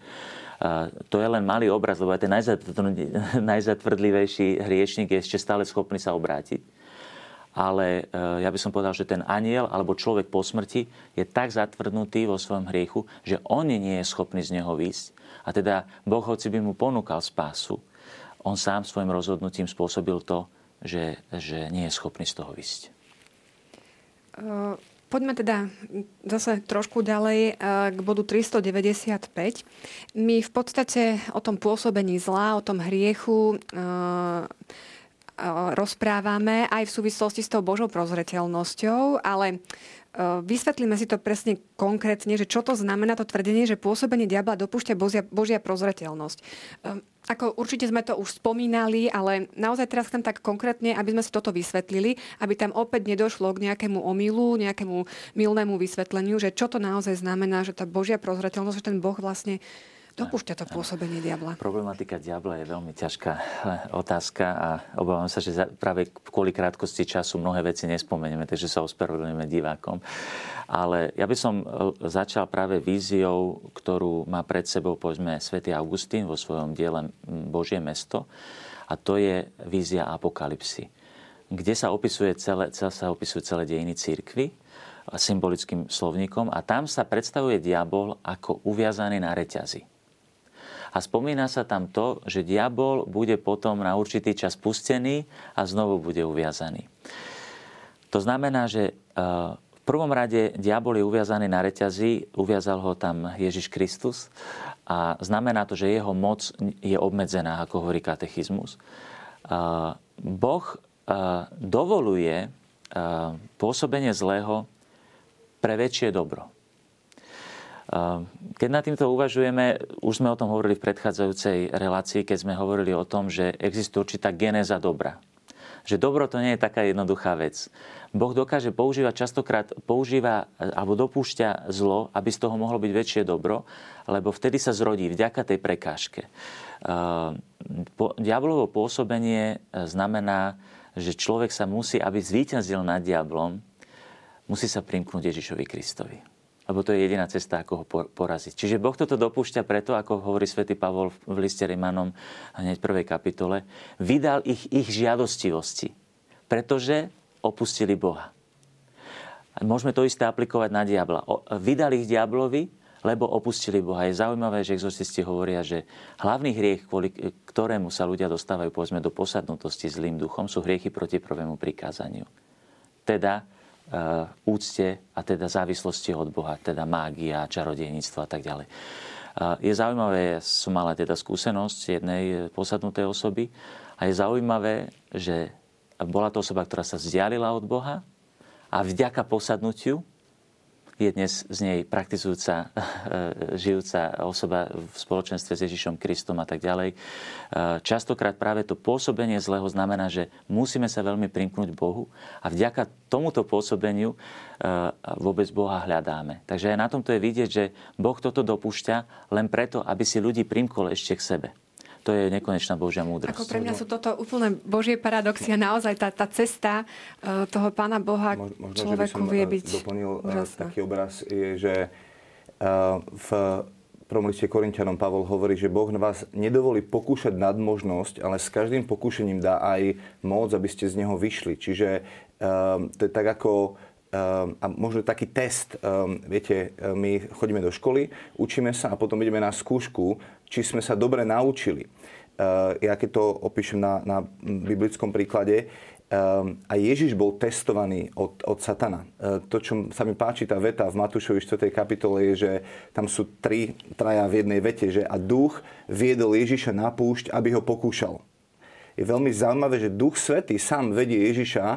To je len malý obraz, lebo aj ten najzatvrdlivejší hriešnik je ešte stále schopný sa obrátiť. ale ja by som povedal, že ten anjel alebo človek po smrti je tak zatvrdnutý vo svojom hriechu, že on nie je schopný z neho výjsť. A teda Boh, hoci by mu ponúkal spásu, on sám svojim rozhodnutím spôsobil to, že nie je schopný z toho výjsť. Poďme teda zase trošku ďalej k bodu 395. My v podstate o tom pôsobení zla, o tom hriechu rozprávame aj v súvislosti s tou Božou prozreteľnosťou, ale vysvetlíme si to presne konkrétne, že čo to znamená to tvrdenie, že pôsobenie diabla dopúšťa Božia prozreteľnosť. Ako určite sme to už spomínali, ale naozaj teraz chcem tak konkrétne, aby sme si toto vysvetlili, aby tam opäť nedošlo k nejakému omylu, nejakému mylnému vysvetleniu, že čo to naozaj znamená, že tá Božia prozreteľnosť, že ten Boh vlastne dopúšťa to pôsobenie diabla. Problematika diabla je veľmi ťažká otázka a obávam sa, že práve kvôli krátkosti času mnohé veci nespomenieme, takže sa ospravedlňujeme divákom. Ale ja by som začal práve víziou, ktorú má pred sebou, povedzme, svätý Augustín vo svojom diele Božie mesto. A to je vízia apokalypsy, kde sa opisujú celé dejiny cirkvi symbolickým slovníkom a tam sa predstavuje diabol ako uviazaný na reťazi. A spomína sa tam to, že diabol bude potom na určitý čas pustený a znovu bude uviazaný. To znamená, že v prvom rade diabol je uviazaný na reťazi, uviazal ho tam Ježiš Kristus a znamená to, že jeho moc je obmedzená, ako hovorí katechizmus. Boh dovoluje pôsobenie zlého pre väčšie dobro. Keď nad týmto uvažujeme, už sme o tom hovorili v predchádzajúcej relácii, keď sme hovorili o tom, že existuje určitá genéza dobra. Že dobro to nie je taká jednoduchá vec. Boh dokáže častokrát používa alebo dopúšťa zlo, aby z toho mohlo byť väčšie dobro, lebo vtedy sa zrodí vďaka tej prekážke. Diablovo pôsobenie znamená, že človek sa musí, aby zvíťazil nad diablom, musí sa primknúť Ježišovi Kristovi. Lebo to je jediná cesta, ako ho poraziť. Čiže Boh toto dopúšťa preto, ako hovorí svätý Pavol v liste Rimanom hneď v 1. kapitole, vydal ich žiadostivosti, pretože opustili Boha. Môžeme to isté aplikovať na diabla. Vydal ich diablovi, lebo opustili Boha. Je zaujímavé, že exorcisti hovoria, že hlavný hriech, kvôli ktorému sa ľudia dostávajú, povedzme, do posadnutosti zlým duchom, sú hriechy proti prvému prikázaniu. Teda úcte a teda závislosti od Boha, teda mágia, čarodejníctvo a tak ďalej. Je zaujímavé, ja som mala teda skúsenosť jednej posadnutej osoby a je zaujímavé, že bola to osoba, ktorá sa vzdialila od Boha a vďaka posadnutiu je dnes z nej praktizujúca, žijúca osoba v spoločenstve s Ježišom Kristom a tak ďalej. Častokrát práve to pôsobenie zlého znamená, že musíme sa veľmi primknúť Bohu a vďaka tomuto pôsobeniu vôbec Boha hľadáme. Takže aj na tomto je vidieť, že Boh toto dopúšťa len preto, aby si ľudí primkol ešte k sebe. To je nekonečná Božia múdrosť. Ako pre mňa sú toto úplne Božie paradoxy a naozaj tá cesta toho Pána Boha človeku vie byť doplnil úžasná. taký obraz, je, že v prvom liste Korinťanom Pavol hovorí, že Boh vás nedovolí pokúšať nadmožnosť, ale s každým pokúšením dá aj moc, aby ste z neho vyšli. Čiže to je tak ako a možno taký test. Viete, my chodíme do školy, učíme sa a potom ideme na skúšku, či sme sa dobre naučili. Ja keď to opíšem na biblickom príklade, a Ježiš bol testovaný od satana. To, čo sa mi páči, tá veta v Matúšovi 4. kapitole je, že tam sú traja v jednej vete, že a duch viedol Ježiša na púšť, aby ho pokúšal. Je veľmi zaujímavé, že Duch Svätý sám vedie Ježiša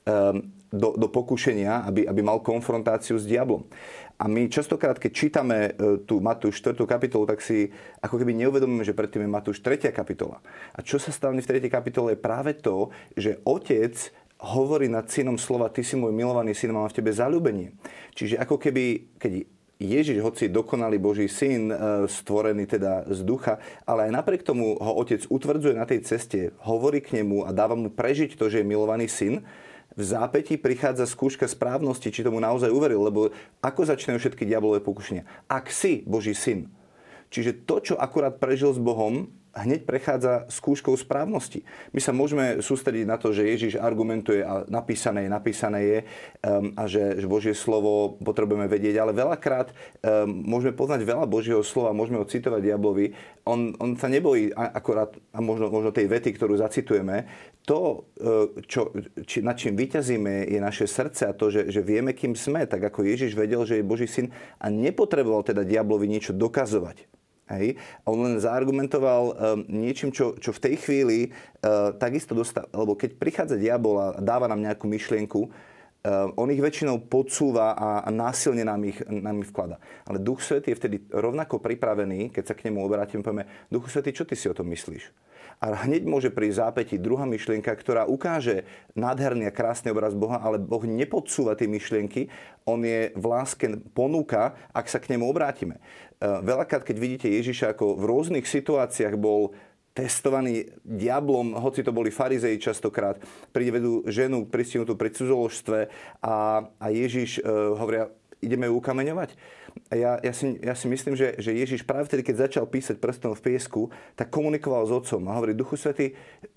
do pokušenia, aby mal konfrontáciu s diablom. A my častokrát, keď čítame tú Matúš 4. kapitolu, tak si ako keby neuvedomíme, že predtým je Matúš 3. kapitola. A čo sa stane v 3. kapitole je práve to, že otec hovorí nad synom slova, ty si môj milovaný syn, mám v tebe zaľúbenie. Čiže ako keby, keď Ježiš, hoci dokonalý Boží syn, stvorený teda z ducha, ale aj napriek tomu ho otec utvrdzuje na tej ceste, hovorí k nemu a dáva mu prežiť to, že je milovaný syn, v zápätí prichádza skúška správnosti, či tomu naozaj uveril, lebo ako začínajú všetky diabolové pokušenia? Ak si Boží syn. Čiže to, čo akurát prežil s Bohom, hneď prechádza skúškou správnosti. My sa môžeme sústrediť na to, že Ježiš argumentuje a napísané je a že Božie slovo potrebujeme vedieť, ale veľakrát môžeme poznať veľa Božieho slova, môžeme ho citovať diablovi. On sa nebojí akorát, a možno tej vety, ktorú zacitujeme. To, nad čím vyťazíme, je naše srdce a to, že vieme, kým sme, tak ako Ježiš vedel, že je Boží syn a nepotreboval teda diablovi niečo dokazovať. Hej. A on len zaargumentoval niečím, čo v tej chvíli takisto dostáva, lebo keď prichádza diabol a dáva nám nejakú myšlienku, on ich väčšinou podsúva a násilne nám ich vklada. Ale Duch Svätý je vtedy rovnako pripravený, keď sa k nemu obrátime, povieme, Duchu Svätý, čo ty si o tom myslíš? A hneď môže prísť zápätí druhá myšlienka, ktorá ukáže nádherný a krásny obraz Boha, ale Boh nepodsúva tie myšlienky, on je v láske ponúka, ak sa k nemu obrátime. Veľakrát, keď vidíte Ježiša, ako v rôznych situáciách bol testovaný diablom, hoci to boli farizeji častokrát, privedú ženu pristihnutú pri cudzoložstve a Ježiš hovoria, ideme ju ukameňovať. Ja si myslím, že Ježiš práve vtedy, keď začal písať prstom v piesku, tak komunikoval s Otcom a hovorí, Duchu Svätý,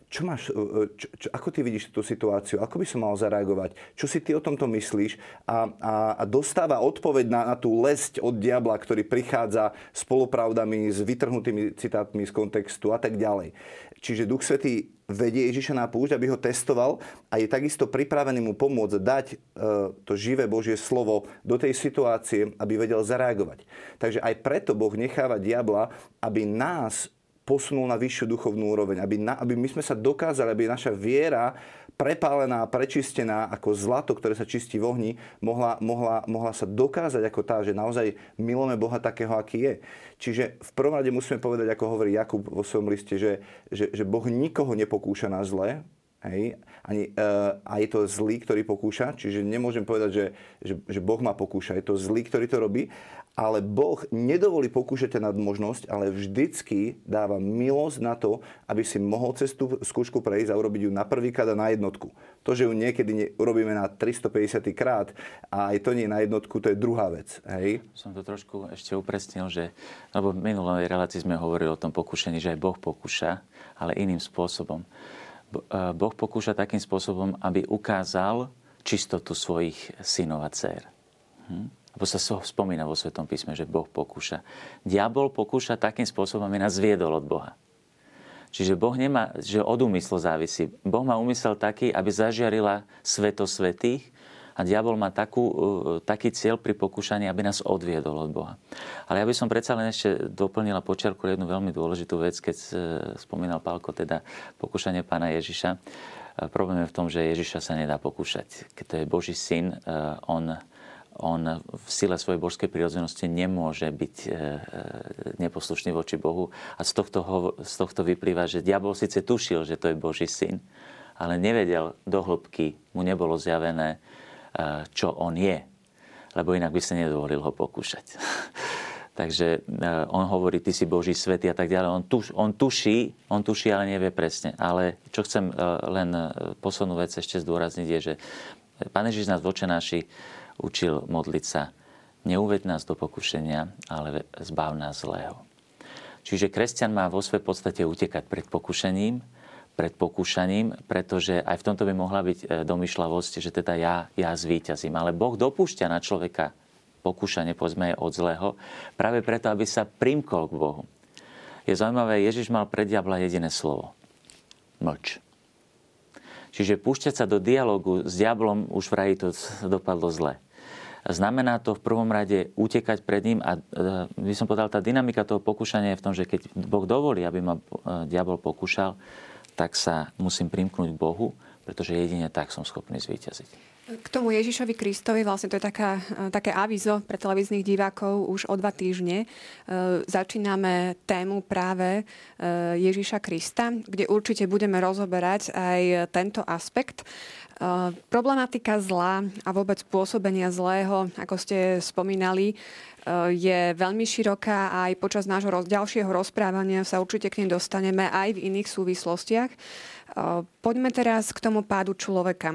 ako ty vidíš túto situáciu? Ako by som mal zareagovať? Čo si ty o tomto myslíš? A dostáva odpoveď na tú lesť od diabla, ktorý prichádza s polopravdami, s vytrhnutými citátmi z kontextu a tak ďalej. Čiže Duch Svätý vedie Ježiša na púšť, aby ho testoval a je takisto pripravený mu pomôcť dať to živé Božie slovo do tej situácie, aby vedel zareagovať. Takže aj preto Boh necháva diabla, aby nás posunul na vyššiu duchovnú úroveň, aby my sme sa dokázali, aby naša viera prepálená, prečistená ako zlato, ktoré sa čistí v ohni, mohla sa dokázať ako tá, že naozaj milujeme Boha takého, aký je. Čiže v prvom rade musíme povedať, ako hovorí Jakub vo svojom liste, že Boh nikoho nepokúša na zlé, hej? A je to zlý, ktorý pokúša, čiže nemôžem povedať, že Boh ma pokúša, je to zlý, ktorý to robí, ale Boh nedovolí pokúšať ťa nad možnosť, ale vždycky dáva milosť na to, aby si mohol cez tú skúšku prejsť a urobiť ju na prvýkrát a na jednotku. To, že ju niekedy urobíme na 350 krát a aj to nie na jednotku, to je druhá vec. Hej? Som to trošku ešte upresnil, lebo v minulej relácii sme hovorili o tom pokúšení, že aj Boh pokúša, ale iným spôsobom. Boh pokúša takým spôsobom, aby ukázal čistotu svojich synov a dcér. Lebo sa spomína vo Svetom písme, že Boh pokúša. Diabol pokúša takým spôsobom, aby nás zviedol od Boha. Čiže Boh nemá, že od úmyslu závisí. Boh má úmysel taký, aby zažiarila sveto svätých a diabol má taký cieľ pri pokúšaní, aby nás odviedol od Boha. Ale ja by som predsa len ešte doplnil a podčiarkol jednu veľmi dôležitú vec, keď spomínal Pálko, teda pokúšanie Pána Ježiša. Problém je v tom, že Ježiša sa nedá pokúšať. Keď to je Boží syn, on v sile svojej božskej prirodzenosti nemôže byť neposlušný voči Bohu. A z tohto vyplýva, že diabol síce tušil, že to je Boží syn, ale nevedel do hĺbky, mu nebolo zjavené, čo on je. Lebo inak by sa nedovolil ho pokúšať. Takže on hovorí, ty si Boží svätý a tak ďalej. On tuší, ale nevie presne. Ale čo chcem len poslednú vec ešte zdôrazniť je, že Pán Ježiš nás v Otčenáši učil modliť sa. Neuveď nás do pokušenia, ale zbav nás zlého. Čiže kresťan má vo svojej podstate utekať pred pokúšaním, pretože aj v tomto by mohla byť domýšľavosť, že teda ja zvíťazím. Ale Boh dopúšťa na človeka pokúšanie, povedzme, od zlého, práve preto, aby sa primkol k Bohu. Je zaujímavé, Ježiš mal pre diabla jediné slovo. Mlč. Čiže púšťať sa do dialogu s diablom už vraj to dopadlo zle. Znamená to v prvom rade utekať pred ním a by som povedal, tá dynamika toho pokúšania je v tom, že keď Boh dovolí, aby ma diabol pokúšal, tak sa musím primknúť k Bohu, pretože jedine tak som schopný zvíťaziť. K tomu Ježišovi Kristovi, vlastne to je také avízo pre televíznych divákov už o 2 týždne. Začíname tému práve Ježiša Krista, kde určite budeme rozoberať aj tento aspekt. Problematika zla a vôbec pôsobenia zlého, ako ste spomínali, je veľmi široká a aj počas nášho ďalšieho rozprávania sa určite k nej dostaneme aj v iných súvislostiach. Poďme teraz k tomu pádu človeka.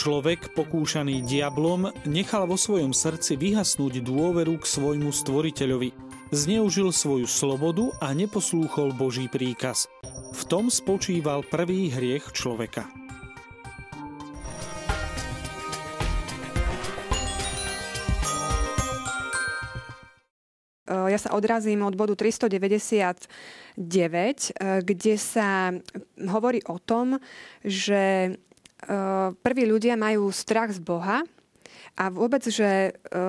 Človek, pokúšaný diablom, nechal vo svojom srdci vyhasnúť dôveru k svojmu stvoriteľovi. Zneužil svoju slobodu a neposlúchol Boží príkaz. V tom spočíval prvý hriech človeka. Ja sa odrazím od bodu 399, kde sa hovorí o tom, že prví ľudia majú strach z Boha a vôbec, že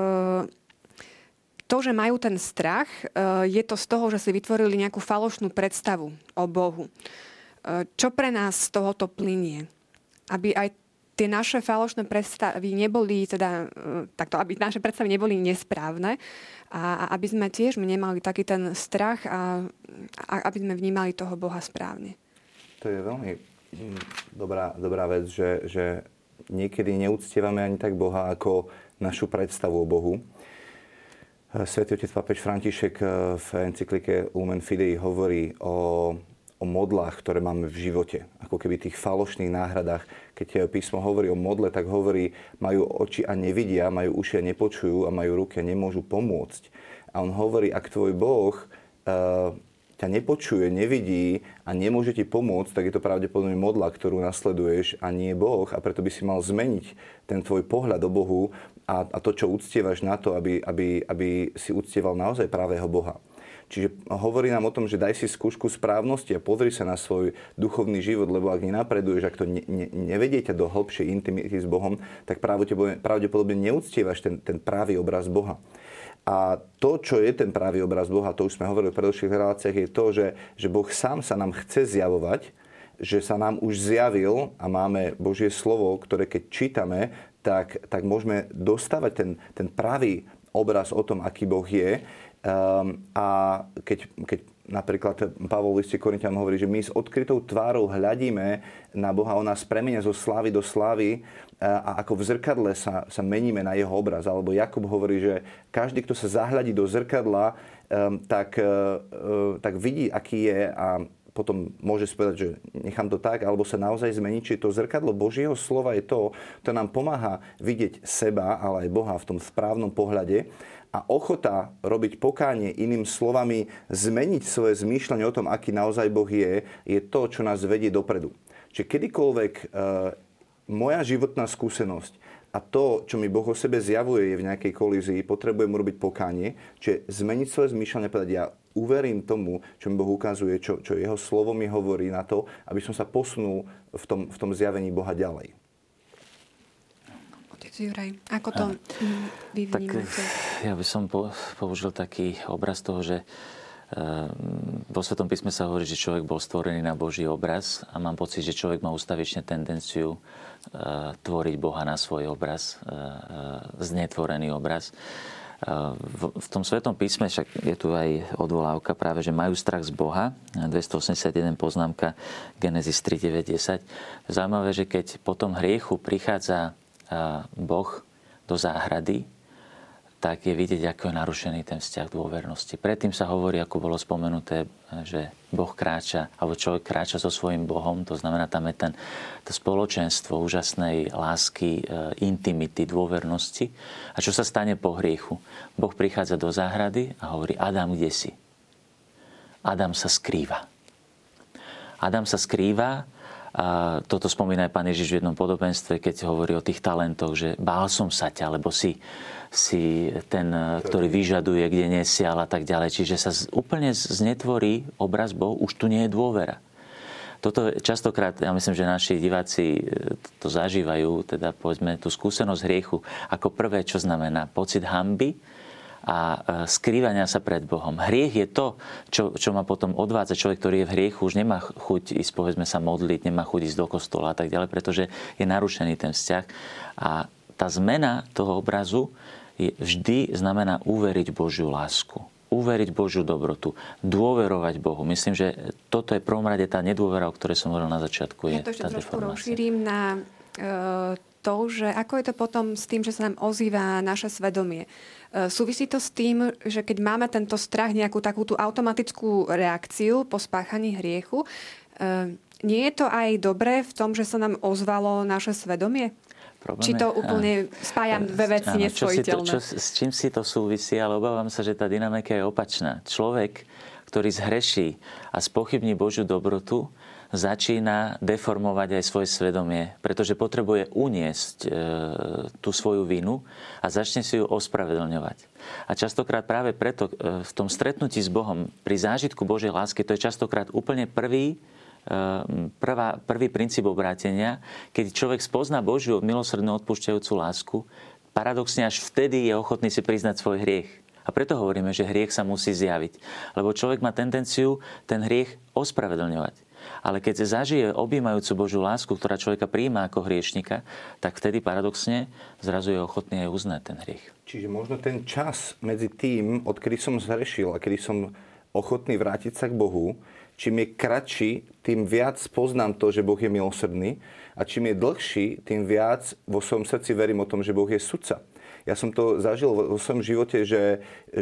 to, že majú ten strach, je to z toho, že si vytvorili nejakú falošnú predstavu o Bohu. Čo pre nás z tohoto plynie? Aby aj tie naše falošné predstavy neboli, aby naše predstavy neboli nesprávne a aby sme tiež nemali taký ten strach a aby sme vnímali toho Boha správne. To je veľmi dobrá vec, že niekedy neúctievame ani tak Boha, ako našu predstavu o Bohu. Svätý otec pápež František v encyklike Lumen Fidei hovorí o modlách, ktoré máme v živote. Ako keby tých falošných náhradách. Keď písmo hovorí o modle, tak hovorí, majú oči a nevidia, majú uši a nepočujú a majú ruky a nemôžu pomôcť. A on hovorí, ak tvoj Boh ťa nepočuje, nevidí a nemôže ti pomôcť, tak je to pravdepodobne modla, ktorú nasleduješ a nie Boh. A preto by si mal zmeniť ten tvoj pohľad o Bohu a to, čo uctievaš na to, aby si uctieval naozaj pravého Boha. Čiže hovorí nám o tom, že daj si skúšku správnosti a pozri sa na svoj duchovný život, lebo ak nenapreduješ, ak to nevedie ťa do hĺbšej intimity s Bohom, tak pravdepodobne neúctievaš ten pravý obraz Boha. A to, čo je ten pravý obraz Boha, to už sme hovorili v predošlých reláciách, je to, že Boh sám sa nám chce zjavovať, že sa nám už zjavil a máme Božie slovo, ktoré keď čítame, tak môžeme dostávať ten pravý obraz o tom, aký Boh je. A keď napríklad Pavol v liste Korinťanom hovorí, že my s odkrytou tvárou hľadíme na Boha, on nás premenia zo slávy do slávy a ako v zrkadle sa meníme na jeho obraz. Alebo Jakub hovorí, že každý, kto sa zahľadí do zrkadla, tak vidí, aký je a potom môže povedať, že nechám to tak, alebo sa naozaj zmeniť. Čiže to zrkadlo Božieho slova je to nám pomáha vidieť seba, ale aj Boha v tom správnom pohľade. A ochota robiť pokánie, iným slovami zmeniť svoje zmýšľanie o tom, aký naozaj Boh je to, čo nás vedie dopredu. Čiže kedykoľvek moja životná skúsenosť a to, čo mi Boh o sebe zjavuje, je v nejakej kolízii, potrebujem urobiť pokánie, čiže zmeniť svoje zmýšľanie, povedať, ja uverím tomu, čo mi Boh ukazuje, čo jeho slovo mi hovorí na to, aby som sa posunul v tom zjavení Boha ďalej. Juraj, ako to vy vnímate? Tak ja by som použil taký obraz toho, že vo Svetom písme sa hovorí, že človek bol stvorený na Boží obraz a mám pocit, že človek má ustavične tendenciu tvoriť Boha na svoj obraz, znetvorený obraz. V tom Svetom písme však je tu aj odvolávka práve, že majú strach z Boha. 281 poznámka Genesis 3, 9, 10. Zaujímavé, že keď po tom hriechu prichádza Boh do záhrady, tak je vidieť, ako je narušený ten vzťah dôvernosti. Predtým sa hovorí, ako bolo spomenuté, že Boh kráča, alebo človek kráča so svojím Bohom, to znamená, tam je to spoločenstvo úžasnej lásky, intimity, dôvernosti. A čo sa stane po hriechu? Boh prichádza do záhrady a hovorí, Adam, kde si? Adam sa skrýva. Adam sa skrýva. A toto spomína aj Pán Ježiš v jednom podobenstve, keď hovorí o tých talentoch, že bál som sa ťa, lebo si ten, ktorý vyžaduje, kde nesial a tak ďalej. Čiže sa úplne znetvorí obraz Bohu, už tu nie je dôvera. Toto častokrát, ja myslím, že naši diváci to zažívajú, teda povedzme tú skúsenosť hriechu ako prvé, čo znamená pocit hanby a skrývania sa pred Bohom. Hriech je to, čo ma potom odvádza. Človek, ktorý je v hriechu, už nemá chuť ísť, povedzme sa modliť, nemá chuť ísť do kostola a tak ďalej, pretože je narušený ten vzťah. A tá zmena toho obrazu vždy znamená uveriť Božiu lásku, uveriť Božiu dobrotu, dôverovať Bohu. Myslím, že toto je prvom rade tá nedôvera, o ktorej som hovoril na začiatku. Ja to ešte trošku rozšírim na to, že ako je to potom s tým, že sa nám ozýva naše svedomie. Súvisí to s tým, že keď máme tento strach, nejakú takú tú automatickú reakciu po spáchaní hriechu, nie je to aj dobré v tom, že sa nám ozvalo naše svedomie? Či to úplne spájam dve veci nespojiteľné. S čím si to súvisí, ale obávam sa, že tá dynamika je opačná. Človek, ktorý zhreší a spochybní Božiu dobrotu, začína deformovať aj svoje svedomie, pretože potrebuje uniesť tú svoju vinu a začne si ju ospravedlňovať. A častokrát práve preto v tom stretnutí s Bohom, pri zážitku Božej lásky, to je častokrát úplne prvý princíp obrátenia, keď človek spozná Božiu milosrdnú odpúšťajúcu lásku, paradoxne až vtedy je ochotný si priznať svoj hriech. A preto hovoríme, že hriech sa musí zjaviť. Lebo človek má tendenciu ten hriech ospravedlňovať. Ale keď sa zažije objímajúcu Božiu lásku, ktorá človeka prijíma ako hriešnika, tak vtedy paradoxne zrazu je ochotný aj uznať ten hriech. Čiže možno ten čas medzi tým, odkedy som zhrešil a kedy som ochotný vrátiť sa k Bohu, čím je kratší, tým viac poznám to, že Boh je milosrdný, a čím je dlhší, tým viac vo svojom srdci verím o tom, že Boh je sudca. Ja som to zažil vo svojom živote, že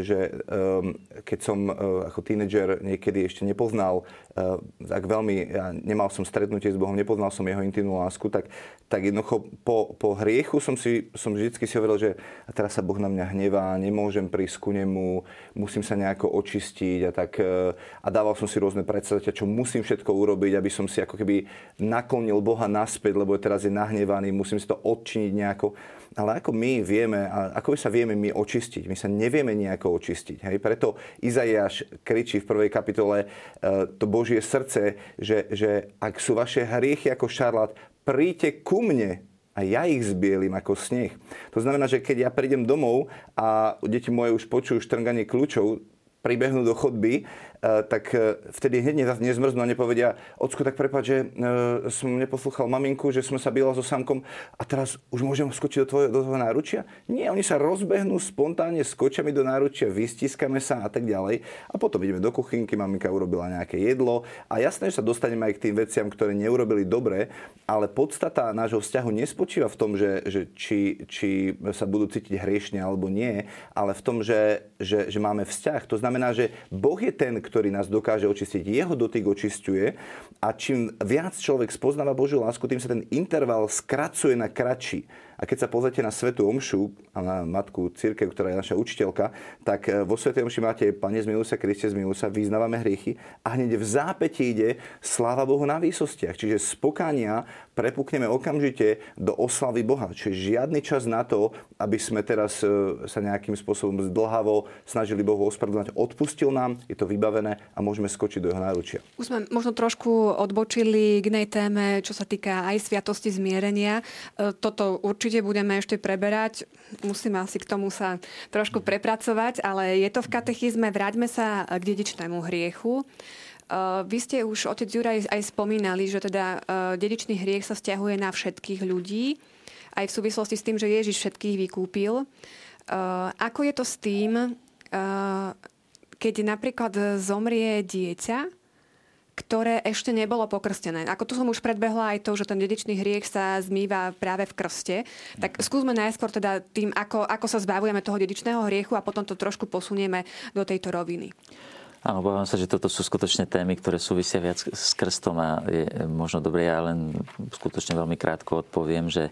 keď som ako tínedžer niekedy ešte nepoznal, tak veľmi, ja nemal som stretnutie s Bohom, nepoznal som jeho intimnú lásku, tak jednoducho po hriechu som vždycky si hovoril, že a teraz sa Boh na mňa hnevá, nemôžem prísť ku nemu, musím sa nejako očistiť a dával som si rôzne predstavenia, čo musím všetko urobiť, aby som si ako keby naklonil Boha naspäť, lebo teraz je nahnevaný, musím si to odčiniť nejako. Ale ako my vieme, a ako sa vieme my očistiť? My sa nevieme nejako očistiť. Hej? Preto Izaiáš kričí v 1. kapitole to Božie srdce, že ak sú vaše hriechy ako šarlát, príďte ku mne a ja ich zbielim ako sneh. To znamená, že keď ja prídem domov a deti moje už počujú štrnganie kľúčov, pribehnú do chodby, tak vtedy hneď nezmrznú a nepovedia: Ocko, tak prepáč, že som neposlúchal maminku, že sme sa bíla so Samkom a teraz už môžem skočiť do tvojho náručia? Nie, oni sa rozbehnú spontánne, skočia mi do náručia, vystiskame sa a tak ďalej. A potom ideme do kuchynky, maminka urobila nejaké jedlo a jasné, že sa dostaneme aj k tým veciam, ktoré neurobili dobre, ale podstata nášho vzťahu nespočíva v tom, že či sa budú cítiť hriešne alebo nie, ale v tom, že máme vzťah. To znamená, že Boh je ten, ktorý nás dokáže očistiť. Jeho dotyk očisťuje a čím viac človek spoznáva Božiu lásku, tým sa ten interval skracuje na kratší. A keď sa pozrite na svätú omšu a na matku cirkev, ktorá je naša učiteľka, tak vo svätej omši máte: Pane, zmiluj sa, Kriste, zmiluj sa, vyznávame hriechy a hneď v zápätí ide sláva Bohu na výsostiach. Čiže z pokánia prepukneme okamžite do oslavy Boha. Čiže žiadny čas na to, aby sme teraz sa nejakým spôsobom zdĺhavo snažili Bohu ospravedlňovať. Odpustil nám, je to vybavené a môžeme skočiť do jeho náručia. Už sme možno trošku odbočili k inej téme, čo sa týka aj sviatosti zmierenia. Toto určite budeme ešte preberať. Musíme asi k tomu sa trošku prepracovať, ale je to v katechizme. Vráťme sa k dedičnému hriechu. Vy ste už, otec Juraj, aj spomínali, že teda dedičný hriech sa vzťahuje na všetkých ľudí, aj v súvislosti s tým, že Ježiš všetkých vykúpil. Ako je to s tým, keď napríklad zomrie dieťa, ktoré ešte nebolo pokrstené? Ako tu som už predbehla aj to, že ten dedičný hriech sa zmýva práve v krste. Tak skúsme najskôr teda tým, ako sa zbavujeme toho dedičného hriechu a potom to trošku posunieme do tejto roviny. Áno, obávam sa, že toto sú skutočne témy, ktoré súvisia viac s krstom a je možno dobre, ja len skutočne veľmi krátko odpoviem, že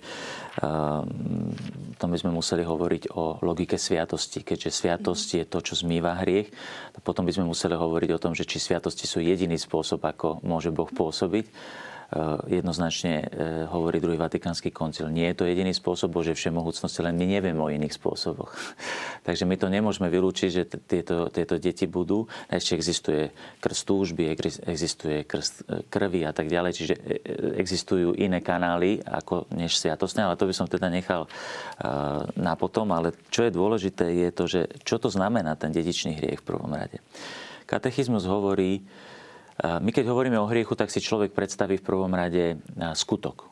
to by sme museli hovoriť o logike sviatosti. Keďže sviatosť je to, čo zmýva hriech, potom by sme museli hovoriť o tom, že či sviatosti sú jediný spôsob, ako môže Boh pôsobiť. Jednoznačne hovorí druhý Vatikánsky koncil. Nie je to jediný spôsob Božej všemohúcnosti, len my nevieme o iných spôsoboch. Takže my to nemôžeme vylúčiť, že tieto deti budú. Ešte existuje krst túžby, existuje krst krvi a tak ďalej. Čiže existujú iné kanály ako než sviatostné, ale to by som teda nechal na potom. Ale čo je dôležité, je to, že čo to znamená ten dedičný hriech v prvom rade. Katechizmus hovorí, my keď hovoríme o hriechu, tak si človek predstaví v prvom rade skutok.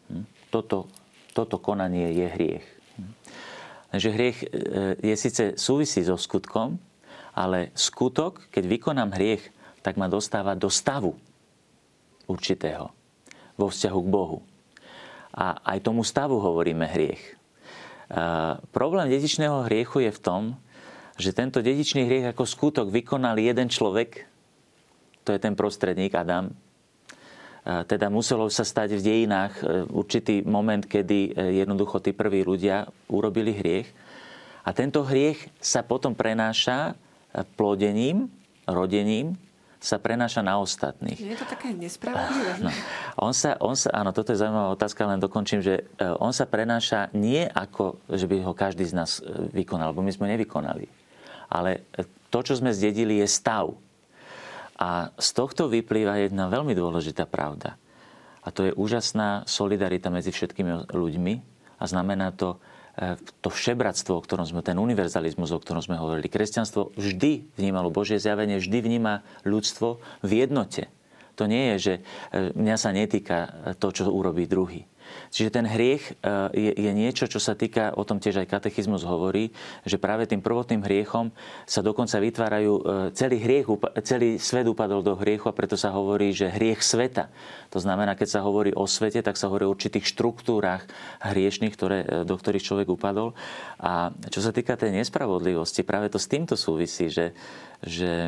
Toto konanie je hriech. Takže hriech je síce súvisí so skutkom, ale skutok, keď vykonám hriech, tak ma dostáva do stavu určitého vo vzťahu k Bohu. A aj tomu stavu hovoríme hriech. Problém dedičného hriechu je v tom, že tento dedičný hriech ako skutok vykonal jeden človek, to je ten prostredník Adam, Teda muselo sa stať v dejinách určitý moment, kedy jednoducho tí prví ľudia urobili hriech. A tento hriech sa potom prenáša plodením, rodením, sa prenáša na ostatných. Je to také nespravodlivé. No. Áno, toto je zaujímavá otázka, len dokončím, že on sa prenáša nie ako, že by ho každý z nás vykonal, lebo my sme nevykonali. Ale to, čo sme zdedili, je stav. A z tohto vyplýva jedna veľmi dôležitá pravda. A to je úžasná solidarita medzi všetkými ľuďmi. A znamená to všebratstvo, o ktorom sme, ten univerzalizmus, o ktorom sme hovorili. Kresťanstvo vždy vnímalo Božie zjavenie, vždy vníma ľudstvo v jednote. To nie je, že mňa sa netýka to, čo urobí druhý. Čiže ten hriech je niečo, čo sa týka, o tom tiež aj katechizmus hovorí, že práve tým prvotným hriechom sa dokonca vytvárajú, celý svet upadol do hriechu a preto sa hovorí, že hriech sveta. To znamená, keď sa hovorí o svete, tak sa hovorí o určitých štruktúrach hriešnych, do ktorých človek upadol. A čo sa týka tej nespravodlivosti, práve to s týmto súvisí, že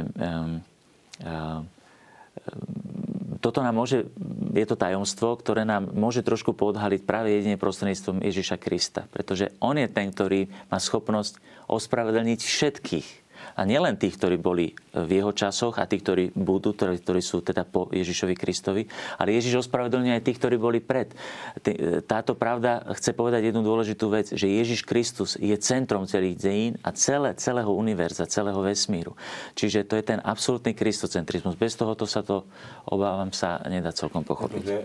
toto nám je to tajomstvo, ktoré nám môže trošku podhaliť práve jedine prostredníctvom Ježiša Krista. Pretože on je ten, ktorý má schopnosť ospravedlniť všetkých. A nielen tých, ktorí boli v jeho časoch a tí, ktorí budú, ktorí sú teda po Ježišovi Kristovi, ale Ježiš ospravedlňuje aj tých, ktorí boli pred. Táto pravda chce povedať jednu dôležitú vec, že Ježiš Kristus je centrom celých dejín a celého univerza, celého vesmíru. Čiže to je ten absolútny kristocentrizmus. Bez tohoto sa to, obávam sa, nedá celkom pochopiť.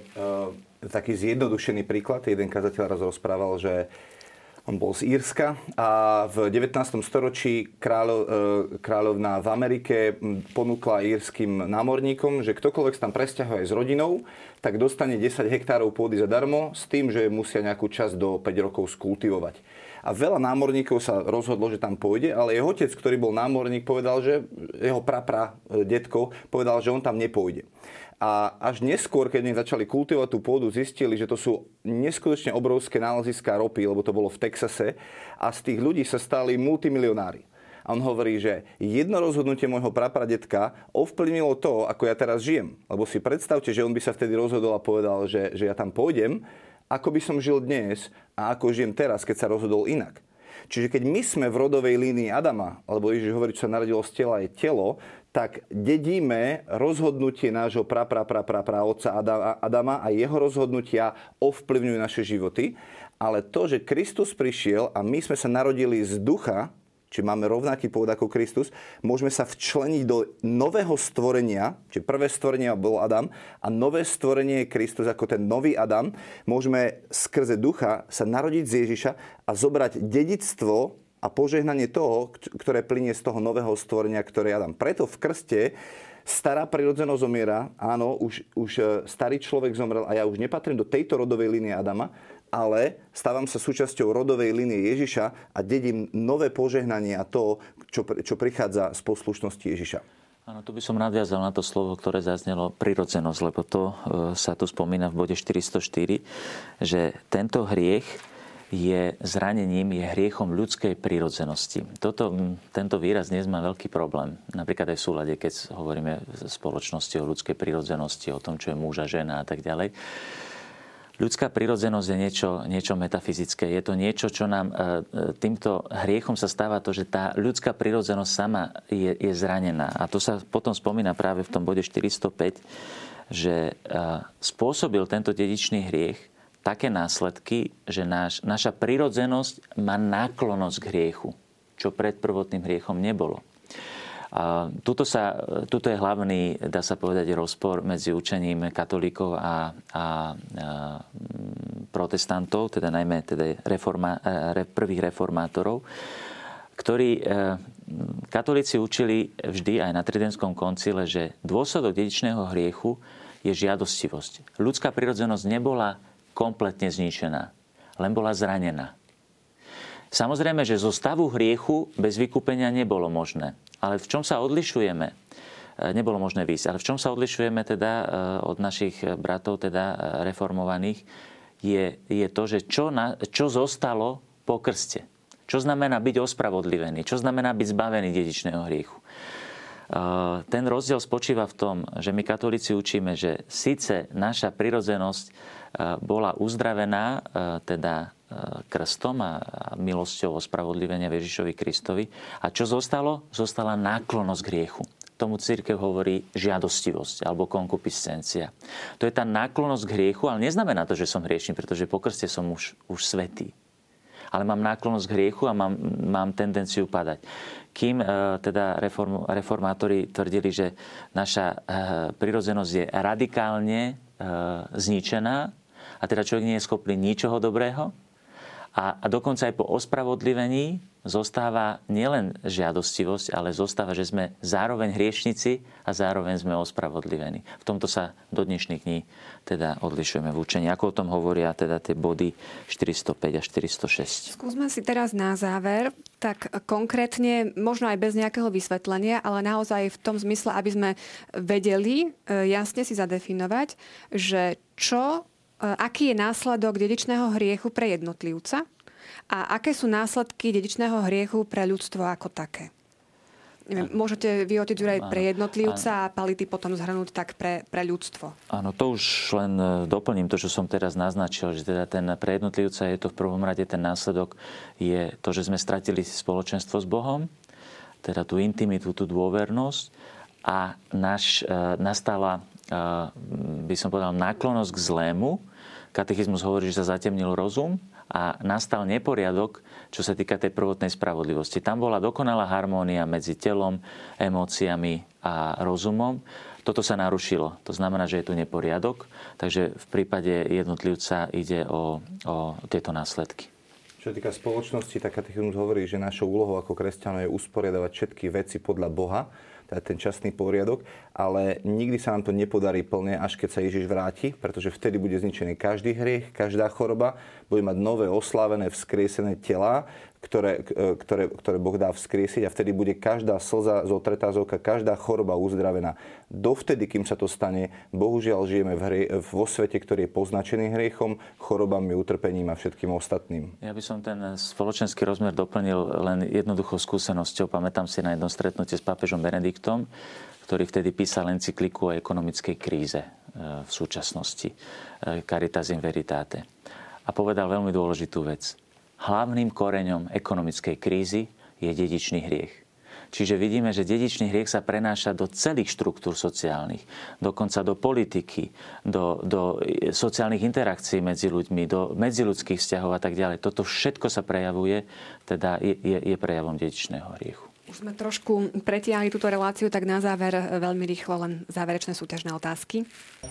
Taký zjednodušený príklad. Jeden kazateľ raz rozprával, že on bol z Írska a v 19. storočí kráľovna v Amerike ponúkla írskym námorníkom, že ktokoľvek sa tam presťahuje s rodinou, tak dostane 10 hektárov pôdy zadarmo s tým, že musia nejakú časť do 5 rokov skultivovať. A veľa námorníkov sa rozhodlo, že tam pôjde, ale jeho otec, ktorý bol námorník, povedal, že jeho detko povedal, že on tam nepôjde. A až neskôr, keď oni začali kultivovať tú pôdu, zistili, že to sú neskutočne obrovské náleziská ropy, lebo to bolo v Texase. A z tých ľudí sa stali multimilionári. A on hovorí, že jedno rozhodnutie môjho prapradetka ovplyvnilo to, ako ja teraz žijem. Lebo si predstavte, že on by sa vtedy rozhodol a povedal, že ja tam pôjdem, ako by som žil dnes a ako žijem teraz, keď sa rozhodol inak. Čiže keď my sme v rodovej línii Adama, alebo Ježiš hovorí, čo sa narodilo z tela je telo, tak dedíme rozhodnutie nášho otca Adama a jeho rozhodnutia ovplyvňujú naše životy. Ale to, že Kristus prišiel a my sme sa narodili z ducha, či máme rovnaký pôvod ako Kristus, môžeme sa včleniť do nového stvorenia, čiže prvé stvorenie bol Adam a nové stvorenie je Kristus ako ten nový Adam. Môžeme skrze ducha sa narodiť z Ježiša a zobrať dedičstvo a požehnanie toho, ktoré plynie z toho nového stvorenia, ktoré je Adam. Preto v krste stará prirodzenosť zomiera. Áno, už starý človek zomrel a ja už nepatrím do tejto rodovej línie Adama, ale stávam sa súčasťou rodovej línie Ježiša a dedím nové požehnanie a to, čo prichádza z poslušnosti Ježiša. Áno, tu by som nadviazal na to slovo, ktoré zaznelo prirodzenosť, lebo to sa tu spomína v bode 404, že tento hriech je zranením, je hriechom ľudskej prirodzenosti. Tento výraz dnes má veľký problém. Napríklad aj v súlade, keď hovoríme v spoločnosti o ľudskej prirodzenosti, o tom, čo je muž a žena a tak ďalej. Ľudská prirodzenosť je niečo metafyzické. Je to niečo, čo nám týmto hriechom sa stáva to, že tá ľudská prirodzenosť sama je zranená. A to sa potom spomína práve v tom bode 405, že spôsobil tento dedičný hriech také následky, že naša prirodzenosť má náklonnosť k hriechu, čo pred prvotným hriechom nebolo. Tuto je hlavný, dá sa povedať, rozpor medzi učením katolíkov a protestantov, teda najmä prvých reformátorov, ktorí katolíci učili vždy aj na Tridentskom koncile, že dôsledok dedičného hriechu je žiadostivosť. Ľudská prirodzenosť nebola kompletne zničená, len bola zranená. Samozrejme, že zo stavu hriechu bez vykúpenia nebolo možné. Ale v čom sa odlišujeme? Nebolo možné výjsť. Ale v čom sa odlišujeme teda od našich bratov, teda reformovaných, je to, že čo zostalo po krste. Čo znamená byť ospravodlivený? Čo znamená byť zbavený dedičného hriechu? Ten rozdiel spočíva v tom, že my katolíci učíme, že síce naša prirodzenosť bola uzdravená teda krstom a milosťou ospravodlivenia Ježišovi Kristovi. A čo zostalo? Zostala náklonnosť k hriechu. Tomu cirkev hovorí žiadostivosť alebo konkupiscencia. To je tá náklonnosť k hriechu, ale neznamená to, že som hriešný, pretože po krste som už svätý. Ale mám náklonnosť k hriechu a mám tendenciu padať. Kým teda reformátori tvrdili, že naša prirodzenosť je radikálne zničená a teda človek nie je schopný ničoho dobrého, a dokonca aj po ospravodlivení zostáva nielen žiadostivosť, ale zostáva, že sme zároveň hriešnici a zároveň sme ospravodlivení. V tomto sa do dnešných dní teda odlišujeme v učení. Ako o tom hovoria teda tie body 405 a 406. Skúsme si teraz na záver, tak konkrétne, možno aj bez nejakého vysvetlenia, ale naozaj v tom zmysle, aby sme vedeli jasne si zadefinovať, že aký je následok dedičného hriechu pre jednotlivca a aké sú následky dedičného hriechu pre ľudstvo ako také. Neviem, môžete vy, otec Juraj, pre jednotlivca a Pality potom zhrnúť tak pre ľudstvo. Áno, to už len doplním to, čo som teraz naznačil, že teda pre jednotlivca je to v prvom rade ten následok je to, že sme stratili spoločenstvo s Bohom, teda tú intimitu, tú dôvernosť a nastala, by som povedal, náklonnosť k zlému. Katechizmus hovorí, že sa zatemnil rozum a nastal neporiadok, čo sa týka tej prvotnej spravodlivosti. Tam bola dokonalá harmónia medzi telom, emóciami a rozumom. Toto sa narušilo. To znamená, že je tu neporiadok. Takže v prípade jednotlivca ide o tieto následky. Čo sa týka spoločnosti, tak katechizmus hovorí, že našou úlohou ako kresťanov je usporiadavať všetky veci podľa Boha, ten časný poriadok, ale nikdy sa nám to nepodarí plne, až keď sa Ježiš vráti, pretože vtedy bude zničený každý hriech, každá choroba, bude mať nové oslávené, vzkriesené telá, ktoré Boh dá vzkriesiť a vtedy bude každá slza zotretá z oka, každá choroba uzdravená. Dovtedy, kým sa to stane, bohužiaľ žijeme vo svete, ktorý je poznačený hriechom, chorobami, utrpením a všetkým ostatným. Ja by som ten spoločenský rozmer doplnil len jednoduchou skúsenosťou. Pamätám si na jedno stretnutie s pápežom Benediktom, ktorý vtedy písal encykliku o ekonomickej kríze v súčasnosti, Caritas in Veritate. A povedal veľmi dôležitú vec. Hlavným koreňom ekonomickej krízy je dedičný hriech. Čiže vidíme, že dedičný hriech sa prenáša do celých štruktúr sociálnych, dokonca do politiky, do sociálnych interakcií medzi ľuďmi, do medziľudských vzťahov a tak ďalej. Toto všetko sa prejavuje, teda je prejavom dedičného hriechu. Už sme trošku pretiahli túto reláciu, tak na záver veľmi rýchlo len záverečné súťažné otázky.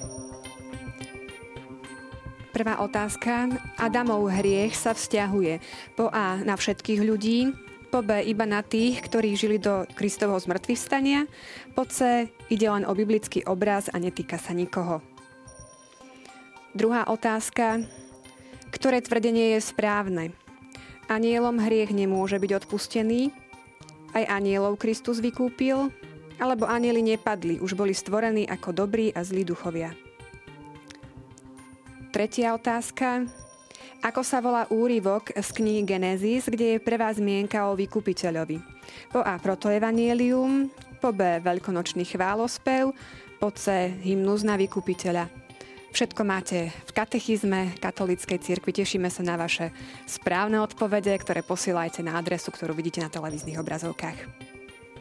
Prvá otázka. Adamov hriech sa vzťahuje po A na všetkých ľudí, po B iba na tých, ktorí žili do Kristovho zmŕtvychvstania, po C ide len o biblický obraz a netýka sa nikoho. Druhá otázka. Ktoré tvrdenie je správne? Anielom hriech nemôže byť odpustený, aj anielov Kristus vykúpil, alebo anieli nepadli, už boli stvorení ako dobrí a zlí duchovia. Tretia otázka. Ako sa volá úryvok z knihy Genesis, kde je prvá zmienka o vykupiteľovi? Po A protoevangelium, po B veľkonočný chválospev, po C hymnus na vykupiteľa. Všetko máte v katechizme katolíckej cirkvi. Tešíme sa na vaše správne odpovede, ktoré posielajte na adresu, ktorú vidíte na televíznych obrazovkách.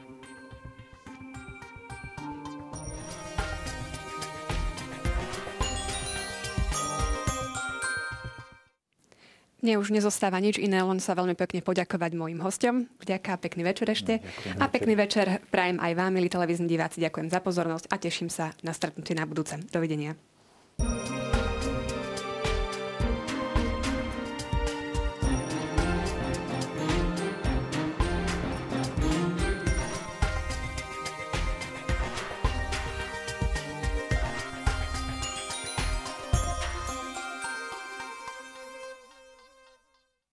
Mne už nezostáva nič iné, len sa veľmi pekne poďakovať mojim hosťom. Vďaka, pekný večer ešte. A pekný večer prajem aj vám, milí televízni diváci. Ďakujem za pozornosť a teším sa na stretnutie na budúce. Dovidenia.